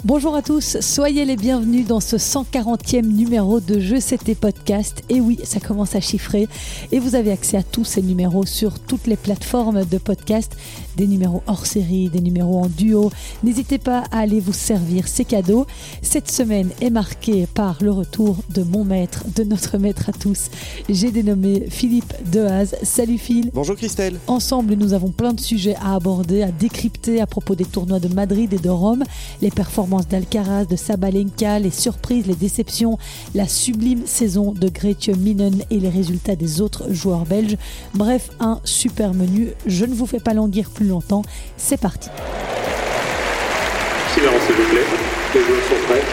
Bonjour à tous, soyez les bienvenus dans ce 140e numéro de Jeux C'était Podcast. Et oui, ça commence à chiffrer et vous avez accès à tous ces numéros sur toutes les plateformes de podcast, des numéros hors série, des numéros en duo. N'hésitez pas à aller vous servir ces cadeaux. Cette semaine est marquée par le retour de mon maître, de notre maître à tous. J'ai dénommé Philippe Dehaze. Salut Phil. Bonjour Christelle. Ensemble, nous avons plein de sujets à aborder, à décrypter à propos des tournois de Madrid et de Rome, les performances d'Alcaraz, de Sabalenka, les surprises, les déceptions, la sublime saison de Grete Minen et les résultats des autres joueurs belges. Bref, un super menu. Je ne vous fais pas languir plus longtemps. C'est parti. Silence s'il vous plaît. Les joueurs sont prêts.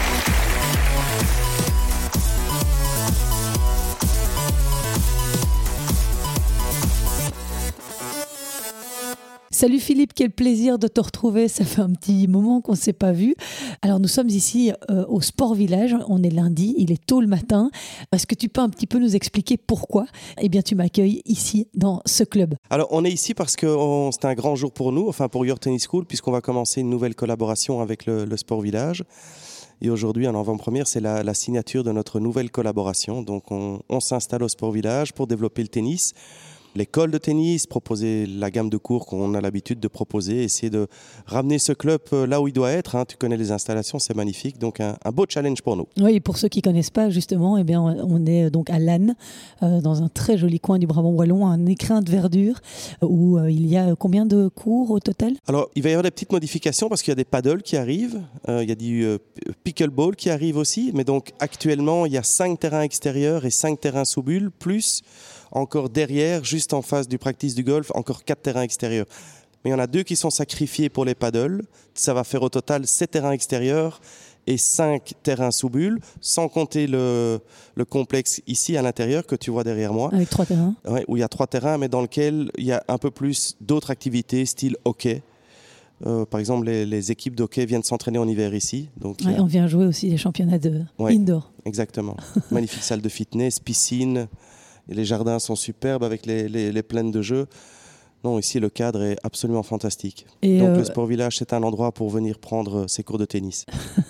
Salut Philippe, quel plaisir de te retrouver, ça fait un petit moment qu'on ne s'est pas vu. Alors nous sommes ici au Sport Village, on est lundi, il est tôt le matin. Est-ce que tu peux un petit peu nous expliquer pourquoi tu m'accueilles ici dans ce club? Alors on est ici parce que c'est un grand jour pour nous, enfin pour Your Tennis School, puisqu'on va commencer une nouvelle collaboration avec le Sport Village. Et aujourd'hui, en avant-première, c'est la signature de notre nouvelle collaboration. Donc on s'installe au Sport Village pour développer le tennis. L'école de tennis, proposer la gamme de cours qu'on a l'habitude de proposer, essayer de ramener ce club là où il doit être. Tu connais les installations, c'est magnifique. Donc un beau challenge pour nous. Oui, et pour ceux qui ne connaissent pas, justement, on est donc à Lannes, dans un très joli coin du Brabant wallon, un écrin de verdure, où il y a combien de cours au total? Alors, il va y avoir des petites modifications parce qu'il y a des paddles qui arrivent. Il y a du pickleball qui arrive aussi. Mais donc actuellement, il y a 5 terrains extérieurs et 5 terrains sous bulle, plus encore derrière, juste en face du practice du golf, encore 4 terrains extérieurs. Mais il y en a 2 qui sont sacrifiés pour les paddles. Ça va faire au total 7 terrains extérieurs et 5 terrains sous bulle, sans compter le complexe ici à l'intérieur que tu vois derrière moi. Avec 3 terrains. Ouais, où il y a 3 terrains, mais dans lequel il y a un peu plus d'autres activités, style hockey. Par exemple, les équipes d'hockey viennent s'entraîner en hiver ici. Donc, on vient jouer aussi les championnats de indoor. Exactement. Magnifique salle de fitness, piscine. Et les jardins sont superbes avec les plaines de jeux. Non, ici, le cadre est absolument fantastique. Donc, le Sport Village, c'est un endroit pour venir prendre ses cours de tennis.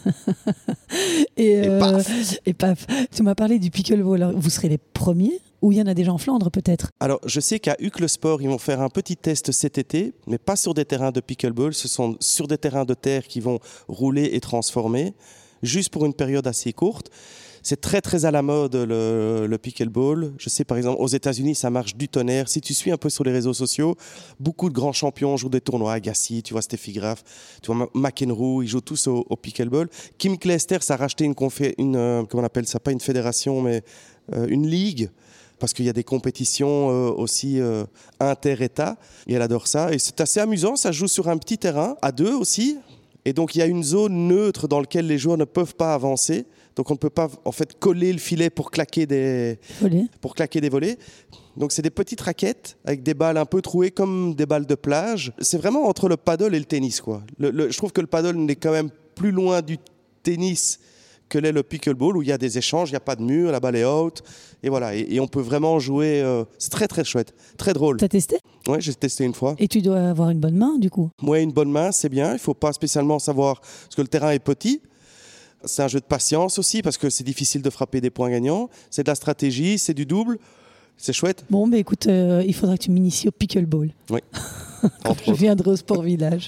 Et paf. Tu m'as parlé du pickleball. Alors, vous serez les premiers ou il y en a déjà en Flandre, peut-être? Alors, je sais qu'à Huc le Sport, ils vont faire un petit test cet été, mais pas sur des terrains de pickleball. Ce sont sur des terrains de terre qui vont rouler et transformer, juste pour une période assez courte. C'est très très à la mode le pickleball. Je sais par exemple aux États-Unis ça marche du tonnerre. Si tu suis un peu sur les réseaux sociaux, beaucoup de grands champions jouent des tournois. Agassi, tu vois Steffi Graf, tu vois McEnroe, ils jouent tous au pickleball. Kim Clijsters a racheté une comment on appelle ça, pas une fédération mais une ligue. Parce qu'il y a des compétitions aussi inter-États. Et elle adore ça. Et c'est assez amusant, ça se joue sur un petit terrain, à 2 aussi. Et donc il y a une zone neutre dans laquelle les joueurs ne peuvent pas avancer. Donc on ne peut pas en fait coller le filet pour claquer des volets. Donc c'est des petites raquettes avec des balles un peu trouées comme des balles de plage. C'est vraiment entre le paddle et le tennis, quoi. Je trouve que le paddle n'est quand même plus loin du tennis que l'est le pickleball où il y a des échanges, il n'y a pas de mur, la balle est haute. Et voilà, et on peut vraiment jouer. C'est très très chouette, très drôle. T'as testé? Oui, j'ai testé une fois. Et tu dois avoir une bonne main du coup? Oui, une bonne main, c'est bien. Il ne faut pas spécialement savoir parce que le terrain est petit. C'est un jeu de patience aussi parce que c'est difficile de frapper des points gagnants. C'est de la stratégie, c'est du double. C'est chouette. Bon, écoute, il faudra que tu m'inities au pickleball. Oui. Je viendrai au Sport Village.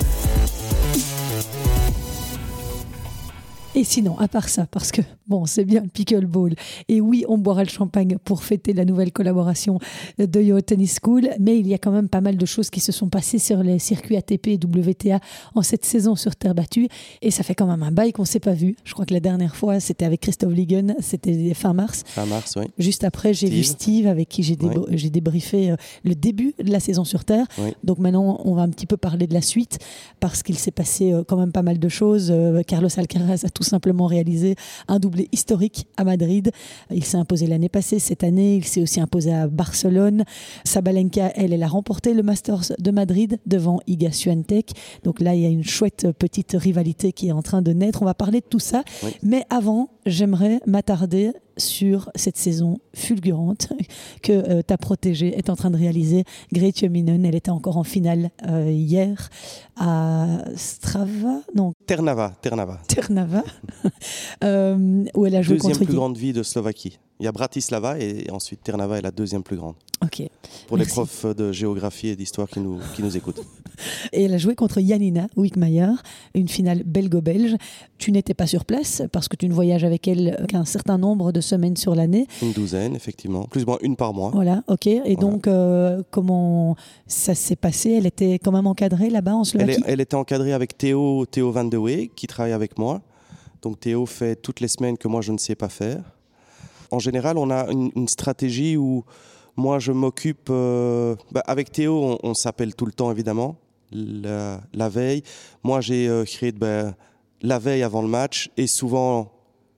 Et sinon, à part ça, parce que c'est bien le pickleball. Et oui, on boira le champagne pour fêter la nouvelle collaboration de Your Tennis School. Mais il y a quand même pas mal de choses qui se sont passées sur les circuits ATP et WTA en cette saison sur terre battue. Et ça fait quand même un bail qu'on ne s'est pas vu. Je crois que la dernière fois, c'était avec Christophe Ligon. C'était fin mars. Fin mars, oui. Juste après, j'ai vu Steve, avec qui j'ai débriefé le début de la saison sur terre. Oui. Donc maintenant, on va un petit peu parler de la suite parce qu'il s'est passé quand même pas mal de choses. Carlos Alcaraz a tout simplement réalisé un doublé historique à Madrid. Il s'est imposé l'année passée, cette année, il s'est aussi imposé à Barcelone. Sabalenka, elle a remporté le Masters de Madrid devant Iga Swiatek. Donc là, il y a une chouette petite rivalité qui est en train de naître. On va parler de tout ça. Oui. Mais avant, j'aimerais m'attarder sur cette saison fulgurante que ta protégée est en train de réaliser. Grete Minen, elle était encore en finale hier à Trnava, où elle a joué contre... Deuxième plus grande ville de Slovaquie. Il y a Bratislava et ensuite Trnava est la deuxième plus grande. Ok. Pour les profs de géographie et d'histoire qui nous écoutent. Et elle a joué contre Janina Wickmayer, une finale belgo-belge. Tu n'étais pas sur place parce que tu ne voyages avec elle qu'un certain nombre de semaines sur l'année. Une douzaine, effectivement. Plus ou moins une par mois. Voilà, ok. Et donc, comment ça s'est passé? Elle était quand même encadrée là-bas en Slovaquie? Elle était encadrée avec Théo Van de Wey, qui travaille avec moi. Donc Théo fait toutes les semaines que moi je ne sais pas faire. En général, on a une stratégie où moi je m'occupe... avec Théo, on s'appelle tout le temps évidemment, la veille. Moi j'ai créé la veille avant le match et souvent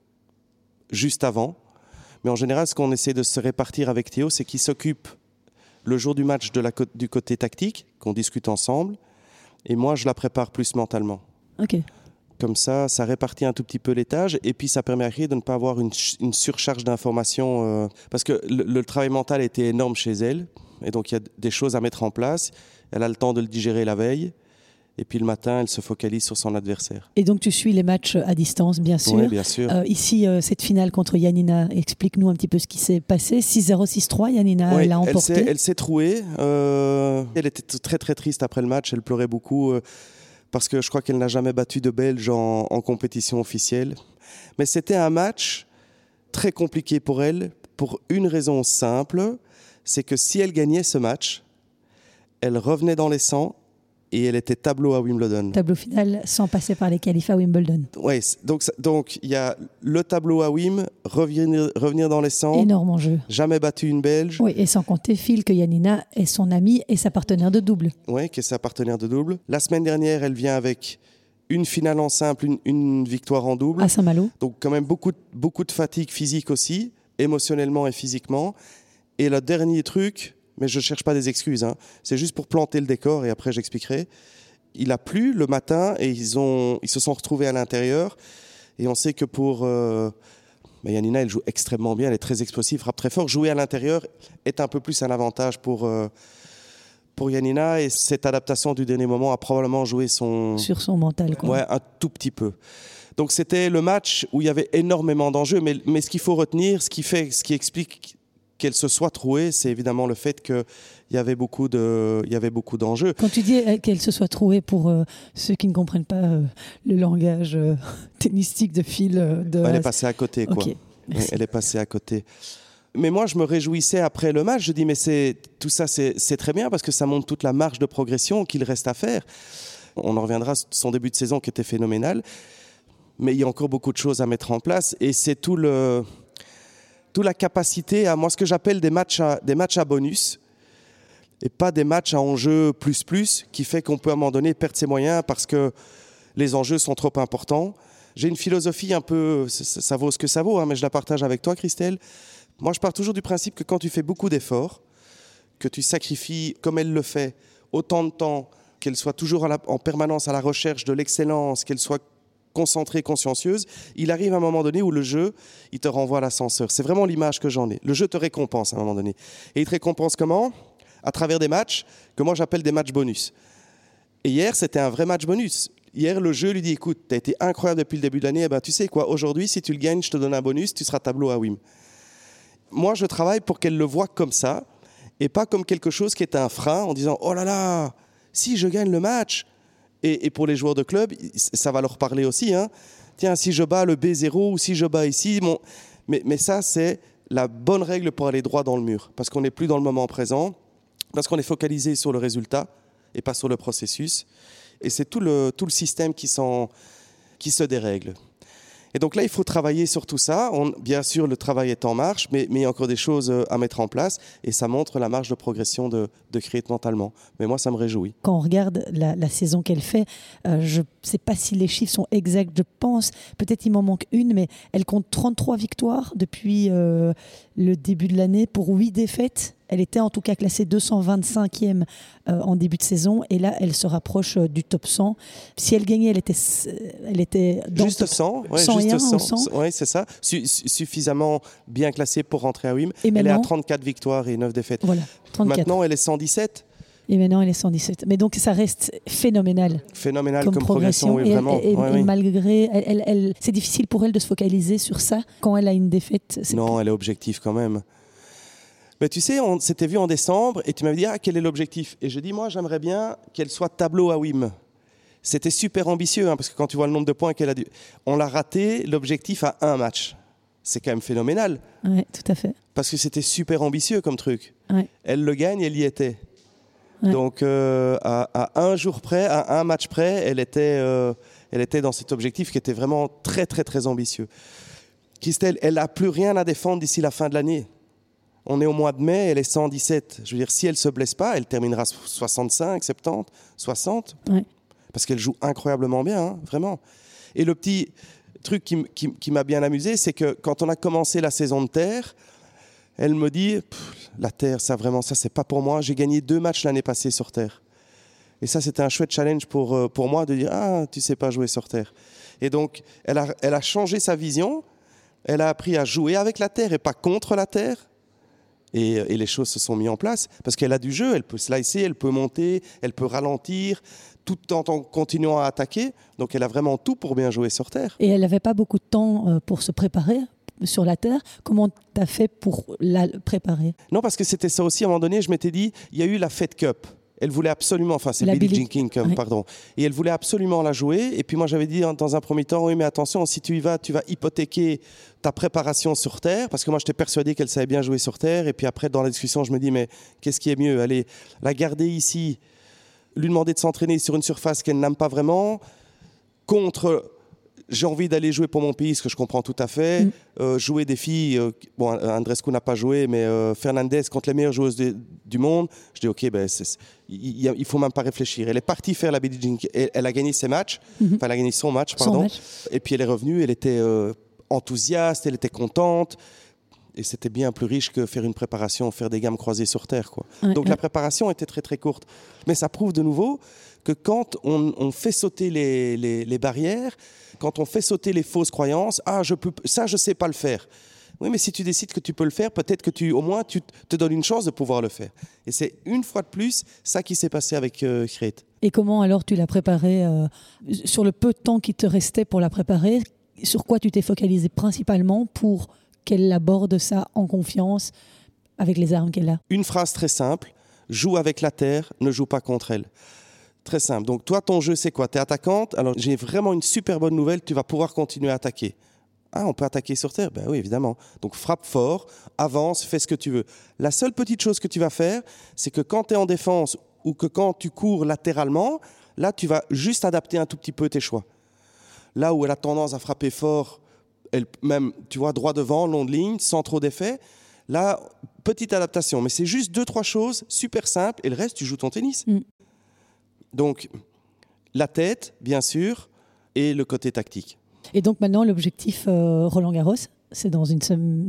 juste avant. Mais en général, ce qu'on essaie de se répartir avec Théo, c'est qu'il s'occupe le jour du match du côté tactique, qu'on discute ensemble, et moi je la prépare plus mentalement. Ok. Comme ça répartit un tout petit peu les tâches et puis ça permet à Grete de ne pas avoir une surcharge d'informations parce que le travail mental était énorme chez elle et donc il y a des choses à mettre en place. Elle a le temps de le digérer la veille et puis le matin, elle se focalise sur son adversaire. Et donc tu suis les matchs à distance, bien sûr. Oui, bien sûr. Ici, cette finale contre Janina, explique-nous un petit peu ce qui s'est passé. 6-0, 6-3, Janina l'a emporté. Elle s'est trouée. Elle était très très triste après le match, elle pleurait beaucoup. Parce que je crois qu'elle n'a jamais battu de Belge en compétition officielle. Mais c'était un match très compliqué pour elle, pour une raison simple, c'est que si elle gagnait ce match, elle revenait dans les 100 et elle était tableau à Wimbledon. Tableau final sans passer par les qualifs à Wimbledon. Oui, donc il y a le tableau à Wim, revenir dans les 100. Énorme enjeu. Jamais battu une Belge. Oui, et sans compter, Phil, que Janina est son amie et sa partenaire de double. Oui, qui est sa partenaire de double. La semaine dernière, elle vient avec une finale en simple, une victoire en double. À Saint-Malo. Donc quand même beaucoup de fatigue physique aussi, émotionnellement et physiquement. Et le dernier truc... Mais je ne cherche pas des excuses, hein. C'est juste pour planter le décor et après j'expliquerai. Il a plu le matin et ils se sont retrouvés à l'intérieur. Et on sait que pour... Janina, elle joue extrêmement bien, elle est très explosive, frappe très fort. Jouer à l'intérieur est un peu plus un avantage pour Janina. Et cette adaptation du dernier moment a probablement joué sur son mental, quoi. Ouais, un tout petit peu. Donc c'était le match où il y avait énormément d'enjeux. Mais ce qu'il faut retenir, ce qui explique... qu'elle se soit trouée, c'est évidemment le fait qu'il y avait beaucoup d'enjeux. Quand tu dis qu'elle se soit trouée, pour ceux qui ne comprennent pas le langage tennistique de Phil... Elle est passée à côté, quoi. Okay, elle est passée à côté. Mais moi, je me réjouissais après le match. Je dis, mais tout ça, c'est très bien parce que ça montre toute la marge de progression qu'il reste à faire. On en reviendra sur son début de saison qui était phénoménal. Mais il y a encore beaucoup de choses à mettre en place et c'est toute la capacité à, moi, ce que j'appelle des matchs à bonus et pas des matchs à enjeu plus, qui fait qu'on peut à un moment donné perdre ses moyens parce que les enjeux sont trop importants. J'ai une philosophie un peu, ça vaut ce que ça vaut, hein, mais je la partage avec toi, Christelle. Moi, je pars toujours du principe que quand tu fais beaucoup d'efforts, que tu sacrifies, comme elle le fait, autant de temps, qu'elle soit toujours en permanence à la recherche de l'excellence, qu'elle soit concentrée, consciencieuse, il arrive à un moment donné où le jeu, il te renvoie à l'ascenseur. C'est vraiment l'image que j'en ai. Le jeu te récompense à un moment donné. Et il te récompense comment ? À travers des matchs que moi j'appelle des matchs bonus. Et hier, c'était un vrai match bonus. Hier, le jeu lui dit, écoute, tu as été incroyable depuis le début de l'année, tu sais quoi, aujourd'hui, si tu le gagnes, je te donne un bonus, tu seras tableau à Wim. Moi, je travaille pour qu'elle le voie comme ça, et pas comme quelque chose qui est un frein, en disant, oh là là, si je gagne le match... Et pour les joueurs de club, ça va leur parler aussi. Hein. Tiens, si je bats le B0 ou si je bats ici... Mais ça, c'est la bonne règle pour aller droit dans le mur. Parce qu'on n'est plus dans le moment présent, parce qu'on est focalisé sur le résultat et pas sur le processus. Et c'est tout le système qui se dérègle. Et donc là, il faut travailler sur tout ça. Bien sûr, le travail est en marche, mais il y a encore des choses à mettre en place. Et ça montre la marge de progression de Grete mentalement. Mais moi, ça me réjouit. Quand on regarde la saison qu'elle fait, je ne sais pas si les chiffres sont exacts, je pense. Peut-être il m'en manque une, mais elle compte 33 victoires depuis le début de l'année pour 8 défaites. Elle était en tout cas classée 225e en début de saison. Et là, elle se rapproche du top 100. Si elle gagnait, elle était dans juste le top 100. Ouais, 101 juste 100. ou 100. Oui, c'est ça. Suffisamment bien classée pour rentrer à WIM. Et elle est à maintenant, 34 victoires et 9 défaites. Voilà, 34. Maintenant, elle est 117. Et maintenant, elle est 117. Mais donc, ça reste phénoménal. Phénoménal Comme comme progression, oui, et, vraiment. et Ouais, oui. malgré, c'est difficile pour elle de se focaliser sur ça quand elle a une défaite. Non, elle est objective quand même. Mais tu sais, on s'était vu en décembre et tu m'avais dit quel est l'objectif. Et je dis moi j'aimerais bien qu'elle soit tableau à WIM. C'était super ambitieux parce que quand tu vois le nombre de points qu'elle a dû, on l'a raté l'objectif à un match. C'est quand même phénoménal. Oui, tout à fait. Parce que c'était super ambitieux comme truc. Ouais. Elle le gagne, elle y était. Ouais. Donc à un jour près, à un match près, elle était dans cet objectif qui était vraiment très très très ambitieux. Christelle, elle n'a plus rien à défendre d'ici la fin de l'année. On est au mois de mai, elle est 117. Je veux dire, si elle ne se blesse pas, elle terminera 65, 70, 60. Ouais. Parce qu'elle joue incroyablement bien, vraiment. Et le petit truc qui m'a bien amusé, c'est que quand on a commencé la saison de terre, elle me dit la terre, ça c'est pas pour moi. J'ai gagné 2 matchs l'année passée sur terre. Et ça, c'était un chouette challenge pour moi de dire tu sais pas jouer sur terre. Et donc, elle a changé sa vision. Elle a appris à jouer avec la terre et pas contre la terre. Et les choses se sont mises en place parce qu'elle a du jeu. Elle peut slicer, elle peut monter, elle peut ralentir, tout en continuant à attaquer. Donc, elle a vraiment tout pour bien jouer sur terre. Et elle n'avait pas beaucoup de temps pour se préparer sur la terre. Comment tu as fait pour la préparer ? Non, parce que c'était ça aussi. À un moment donné, je m'étais dit, il y a eu la Fed Cup. Elle voulait absolument, c'est la Billie Jean King, ouais. Pardon. Et elle voulait absolument la jouer. Et puis moi, j'avais dit dans un premier temps, oui, mais attention, si tu y vas, tu vas hypothéquer ta préparation sur terre. Parce que moi, j'étais persuadé qu'elle savait bien jouer sur terre. Et puis après, dans la discussion, je me dis, mais qu'est-ce qui est mieux ? Aller la garder ici, lui demander de s'entraîner sur une surface qu'elle n'aime pas vraiment, contre... J'ai envie d'aller jouer pour mon pays, ce que je comprends tout à fait. Jouer des filles, Andreescu n'a pas joué, mais Fernandez contre les meilleures joueuses du monde. Je dis, OK, il ne faut même pas réfléchir. Elle est partie faire la Billie Jean King. Elle a gagné ses matchs, elle a gagné son match, pardon. Et puis elle est revenue, elle était enthousiaste, elle était contente. Et c'était bien plus riche que faire une préparation, faire des gammes croisées sur terre, quoi. Donc la préparation était très très courte. Mais ça prouve de nouveau que quand on fait sauter les barrières, quand on fait sauter les fausses croyances, je sais pas le faire. Oui, mais si tu décides que tu peux le faire, peut-être que au moins tu te donnes une chance de pouvoir le faire. Et c'est une fois de plus ça qui s'est passé avec Grete. Et comment alors tu l'as préparée sur le peu de temps qui te restait pour la préparer? Sur quoi tu t'es focalisé principalement pour qu'elle aborde ça en confiance avec les armes qu'elle a? Une phrase très simple, joue avec la terre, ne joue pas contre elle. Très simple. Donc toi, ton jeu, c'est quoi ? Tu es attaquante. Alors j'ai vraiment une super bonne nouvelle, tu vas pouvoir continuer à attaquer. Ah, on peut attaquer sur terre ? Ben oui, évidemment. Donc frappe fort, avance, fais ce que tu veux. La seule petite chose que tu vas faire, c'est que quand tu es en défense ou que quand tu cours latéralement, là, tu vas juste adapter un tout petit peu tes choix. Là où elle a tendance à frapper fort, même, tu vois, droit devant, long de ligne, sans trop d'effet, là, petite adaptation. Mais c'est juste 2-3 choses super simples et le reste, tu joues ton tennis. Donc, la tête, bien sûr, et le côté tactique. Et donc maintenant, l'objectif Roland-Garros, c'est dans une semaine,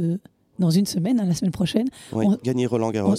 la semaine prochaine. Oui, gagner Roland-Garros.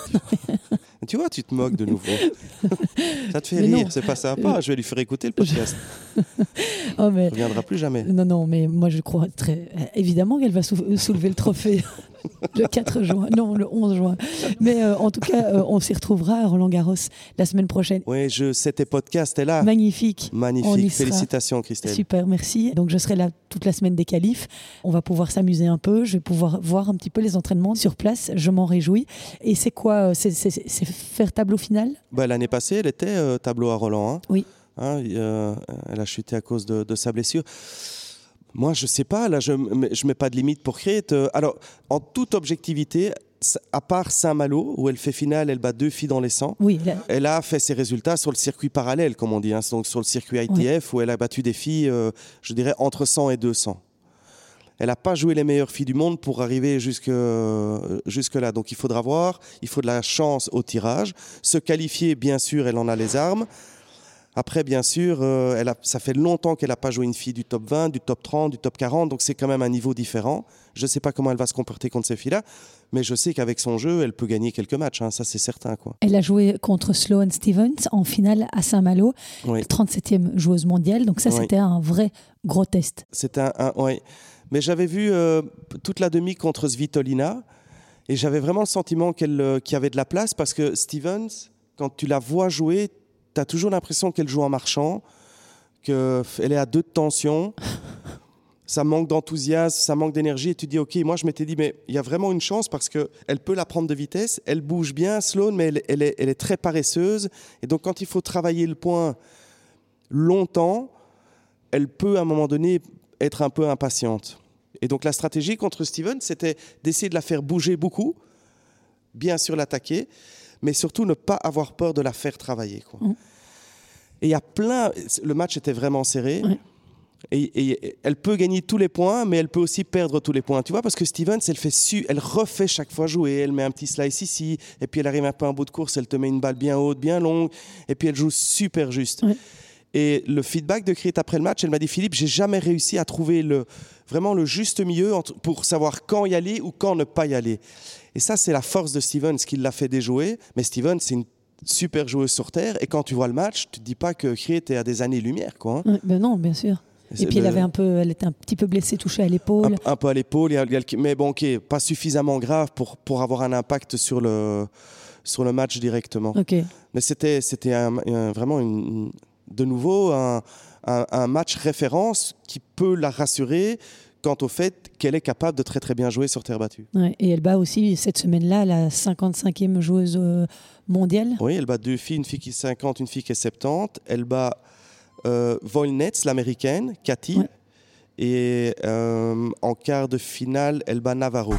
Tu vois, tu te moques de nouveau. Ça te fait rire, c'est pas sympa. Je vais lui faire écouter le podcast. Il ne reviendra plus jamais. Non, mais moi je crois évidemment qu'elle va soulever le trophée le 4 juin, non, le 11 juin. Mais en tout cas, on s'y retrouvera à Roland-Garros la semaine prochaine. Oui, c'était podcast est là. Magnifique. Félicitations Christelle. Super, merci. Donc je serai là toute la semaine des qualifs. On va pouvoir s'amuser un peu. Je vais pouvoir voir un petit peu les entraînements sur place. Je m'en réjouis. Et c'est quoi ? C'est faire tableau final ? L'année passée, elle était tableau à Roland. Oui. Elle a chuté à cause de sa blessure. Moi, je ne sais pas. Là, je ne mets pas de limite pour Grete. Alors, en toute objectivité, à part Saint-Malo, où elle fait finale, elle bat 2 filles dans les 100. Oui, elle a fait ses résultats sur le circuit parallèle, comme on dit, donc sur le circuit ITF, où elle a battu des filles, je dirais, entre 100 et 200. Elle n'a pas joué les meilleures filles du monde pour arriver jusque-là. Donc il faudra voir, il faut de la chance au tirage. Se qualifier, bien sûr, elle en a les armes. Après, bien sûr, ça fait longtemps qu'elle n'a pas joué une fille du top 20, du top 30, du top 40, donc c'est quand même un niveau différent. Je ne sais pas comment elle va se comporter contre ces filles-là, mais je sais qu'avec son jeu, elle peut gagner quelques matchs, ça c'est certain, quoi. Elle a joué contre Sloane Stephens en finale à Saint-Malo, 37e joueuse mondiale, donc ça c'était un vrai gros test. C'était oui. Mais j'avais vu toute la demi contre Svitolina, et j'avais vraiment le sentiment qu'il y avait de la place, parce que Stephens, quand tu la vois jouer, tu as toujours l'impression qu'elle joue en marchant, qu'elle est à 2 de tension, ça manque d'enthousiasme, ça manque d'énergie, et tu dis, ok, moi je m'étais dit, mais il y a vraiment une chance parce qu'elle peut la prendre de vitesse, elle bouge bien, Sloane, mais elle est très paresseuse, et donc quand il faut travailler le point longtemps, elle peut à un moment donné être un peu impatiente. Et donc la stratégie contre Steven, c'était d'essayer de la faire bouger beaucoup, bien sûr l'attaquer, mais surtout ne pas avoir peur de la faire travailler, quoi. Et il y a le match était vraiment serré. Et elle peut gagner tous les points, mais elle peut aussi perdre tous les points. Tu vois, parce que Stevens, elle refait chaque fois jouer. Elle met un petit slice ici, et puis elle arrive un peu en bout de course, elle te met une balle bien haute, bien longue, et puis elle joue super juste. Et le feedback de Krit après le match, elle m'a dit, Philippe, j'ai jamais réussi à trouver vraiment le juste milieu pour savoir quand y aller ou quand ne pas y aller. Et ça, c'est la force de Stevens qui l'a fait déjouer. Mais Stevens, c'est une super joueuse sur terre. Et quand tu vois le match, tu te dis pas que Krit est à des années-lumière, quoi. Ben non, bien sûr. Et puis elle était un petit peu blessée, touchée à l'épaule. Un peu à l'épaule, mais bon, ok, pas suffisamment grave pour avoir un impact sur le match directement. Mais c'était vraiment de nouveau un match référence qui peut la rassurer quant au fait qu'elle est capable de très très bien jouer sur terre battue. Ouais, et elle bat aussi cette semaine-là la 55e joueuse mondiale. Oui, elle bat 2 filles, une fille qui est 50, une fille qui est 70. Elle bat Voilnitz, l'américaine, Cathy. Et en quart de finale, elle bat Navarro.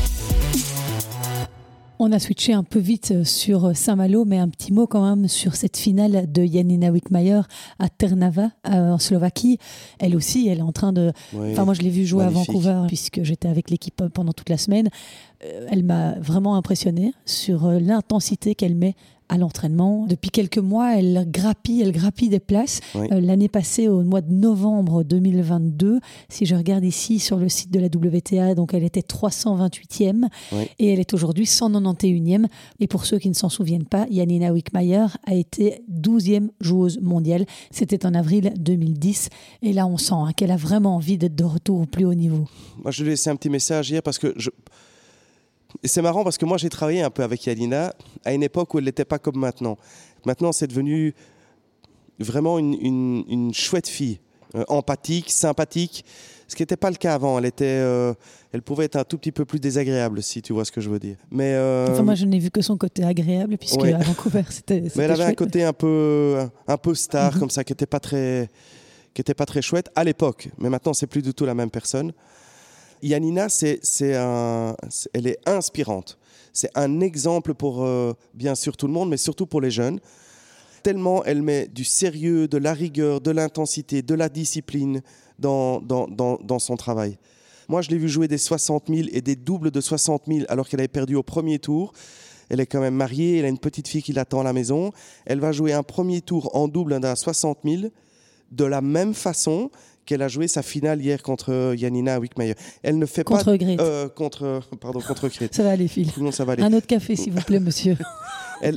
On a switché un peu vite sur Saint-Malo, mais un petit mot quand même sur cette finale de Janina Wickmayer à Trnava, en Slovaquie. Elle aussi, elle est en train de... Enfin, moi, je l'ai vue jouer magnifique. À Vancouver, puisque j'étais avec l'équipe pendant toute la semaine. Elle m'a vraiment impressionnée sur l'intensité qu'elle met à l'entraînement. Depuis quelques mois, elle grappille des places. L'année passée, au mois de novembre 2022, si je regarde ici sur le site de la WTA, donc elle était 328e et elle est aujourd'hui 191e. Et pour ceux qui ne s'en souviennent pas, Janina Wickmayer a été 12e joueuse mondiale. C'était en avril 2010. Et là, on sent qu'elle a vraiment envie d'être de retour au plus haut niveau. Moi, je lui ai laissé un petit message hier parce que Et c'est marrant parce que moi, j'ai travaillé un peu avec Janina à une époque où elle n'était pas comme maintenant. Maintenant, c'est devenu vraiment une chouette fille, empathique, sympathique, ce qui n'était pas le cas avant. Elle pouvait être un tout petit peu plus désagréable, si tu vois ce que je veux dire. Mais enfin, moi, je n'ai vu que son côté agréable, puisque à Vancouver, c'était mais elle avait chouette, un côté un peu star, comme ça, qui n'était pas très chouette à l'époque. Mais maintenant, c'est plus du tout la même personne. Janina, elle est inspirante. C'est un exemple pour, bien sûr, tout le monde, mais surtout pour les jeunes. Tellement elle met du sérieux, de la rigueur, de l'intensité, de la discipline dans son travail. Moi, je l'ai vu jouer des 60 000 et des doubles de 60 000 alors qu'elle avait perdu au premier tour. Elle est quand même mariée, elle a une petite fille qui l'attend à la maison. Elle va jouer un premier tour en double d'un 60 000 de la même façon qu'elle a joué sa finale hier contre Janina Wickmayer. Elle ne fait contre pas... Grit. Contre Grit. Ça va aller, Phil. Non, ça va aller. Un autre café, s'il vous plaît, monsieur. Elle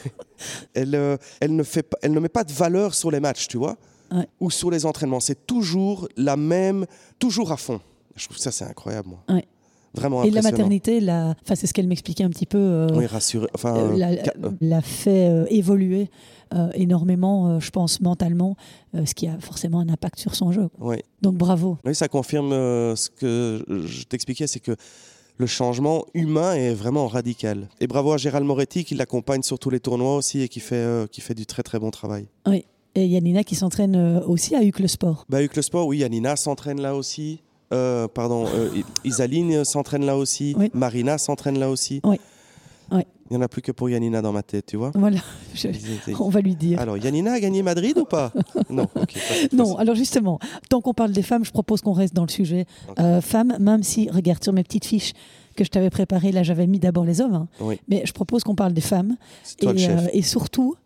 ne met pas de valeur sur les matchs, tu vois, ou sur les entraînements. C'est toujours la même, toujours à fond. Je trouve ça, c'est incroyable, moi. Ouais. Vraiment et impressionnant. La maternité, c'est ce qu'elle m'expliquait un petit peu. Oui, rassuré. L'a fait évoluer énormément, je pense, mentalement, ce qui a forcément un impact sur son jeu. Oui. Donc bravo. Oui, ça confirme ce que je t'expliquais, c'est que le changement humain est vraiment radical. Et bravo à Gérald Moretti qui l'accompagne sur tous les tournois aussi et qui fait du très très bon travail. Oui. Et Janina qui s'entraîne aussi à Uccle Sport. Uccle Sport, oui, Janina s'entraîne là aussi. Isaline s'entraîne là aussi. Oui. Marina s'entraîne là aussi. Oui. Oui. Il n'y en a plus que pour Janina dans ma tête, tu vois. Voilà, on va lui dire. Alors, Janina a gagné Madrid ou pas? Non, non, alors justement, tant qu'on parle des femmes, je propose qu'on reste dans le sujet. Okay. Femmes, même si, regarde, sur mes petites fiches que je t'avais préparées, là, j'avais mis d'abord les hommes. Hein, oui. Mais je propose qu'on parle des femmes. C'est toi le chef. Et surtout,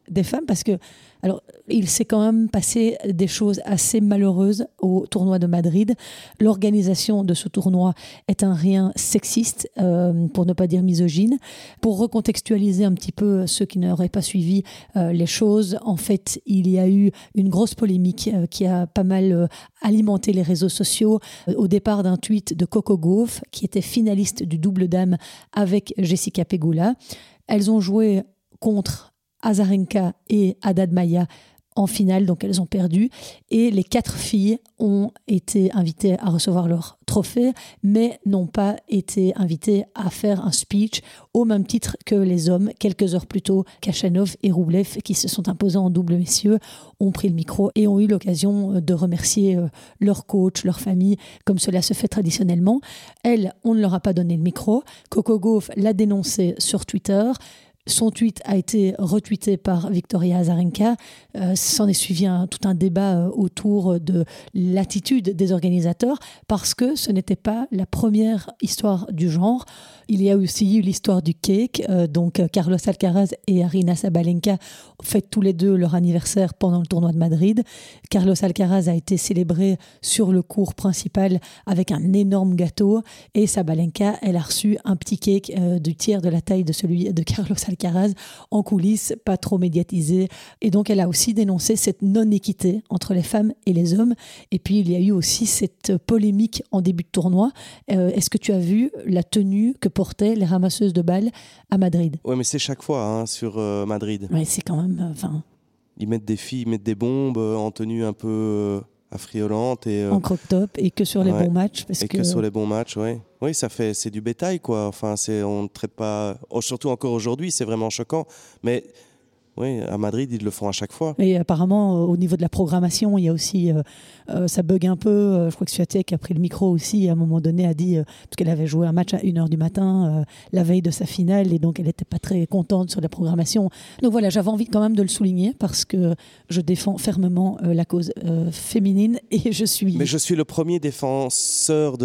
des femmes parce que, alors, il s'est quand même passé des choses assez malheureuses au tournoi de Madrid. L'organisation de ce tournoi est un rien sexiste, pour ne pas dire misogyne. Pour recontextualiser un petit peu ceux qui n'auraient pas suivi les choses, en fait, il y a eu une grosse polémique qui a pas mal alimenté les réseaux sociaux au départ d'un tweet de Coco Gauff, qui était finaliste du double dame avec Jessica Pegula. Elles ont joué contre Azarenka et Haddad Maia en finale, donc elles ont perdu. Et les 4 filles ont été invitées à recevoir leur trophée, mais n'ont pas été invitées à faire un speech au même titre que les hommes. Quelques heures plus tôt, Khachanov et Roublev, qui se sont imposés en double messieurs, ont pris le micro et ont eu l'occasion de remercier leur coach, leur famille, comme cela se fait traditionnellement. Elles, on ne leur a pas donné le micro. Coco Gauff l'a dénoncé sur Twitter. Son tweet a été retweeté par Victoria Azarenka. S'en est suivi tout un débat autour de l'attitude des organisateurs parce que ce n'était pas la première histoire du genre. Il y a aussi eu l'histoire du cake. Donc Carlos Alcaraz et Aryna Sabalenka fêtent tous les deux leur anniversaire pendant le tournoi de Madrid. Carlos Alcaraz a été célébré sur le court principal avec un énorme gâteau et Sabalenka, elle a reçu un petit cake du tiers de la taille de celui de Carlos Alcaraz en coulisses, pas trop médiatisé. Et donc, elle a aussi dénoncé cette non-équité entre les femmes et les hommes. Et puis, il y a eu aussi cette polémique en début de tournoi. Est-ce que tu as vu la tenue que portaient les ramasseuses de balles à Madrid? Oui, mais c'est chaque fois sur Madrid. Ouais, c'est quand même... Ils mettent des filles, ils mettent des bombes en tenue un peu... affriolante et en crop top et que sur les bons matchs que sur les bons matchs, oui, c'est du bétail quoi. Enfin, on ne traite pas, surtout encore aujourd'hui, c'est vraiment choquant. Mais oui, à Madrid, ils le font à chaque fois. Et apparemment, au niveau de la programmation, il y a aussi, ça bug un peu. Je crois que Swiatek a pris le micro aussi, à un moment donné, a dit, parce qu'elle avait joué un match à 1h du matin, la veille de sa finale, et donc elle n'était pas très contente sur la programmation. Donc voilà, j'avais envie quand même de le souligner, parce que je défends fermement la cause féminine, et je suis... Mais je suis le premier défenseur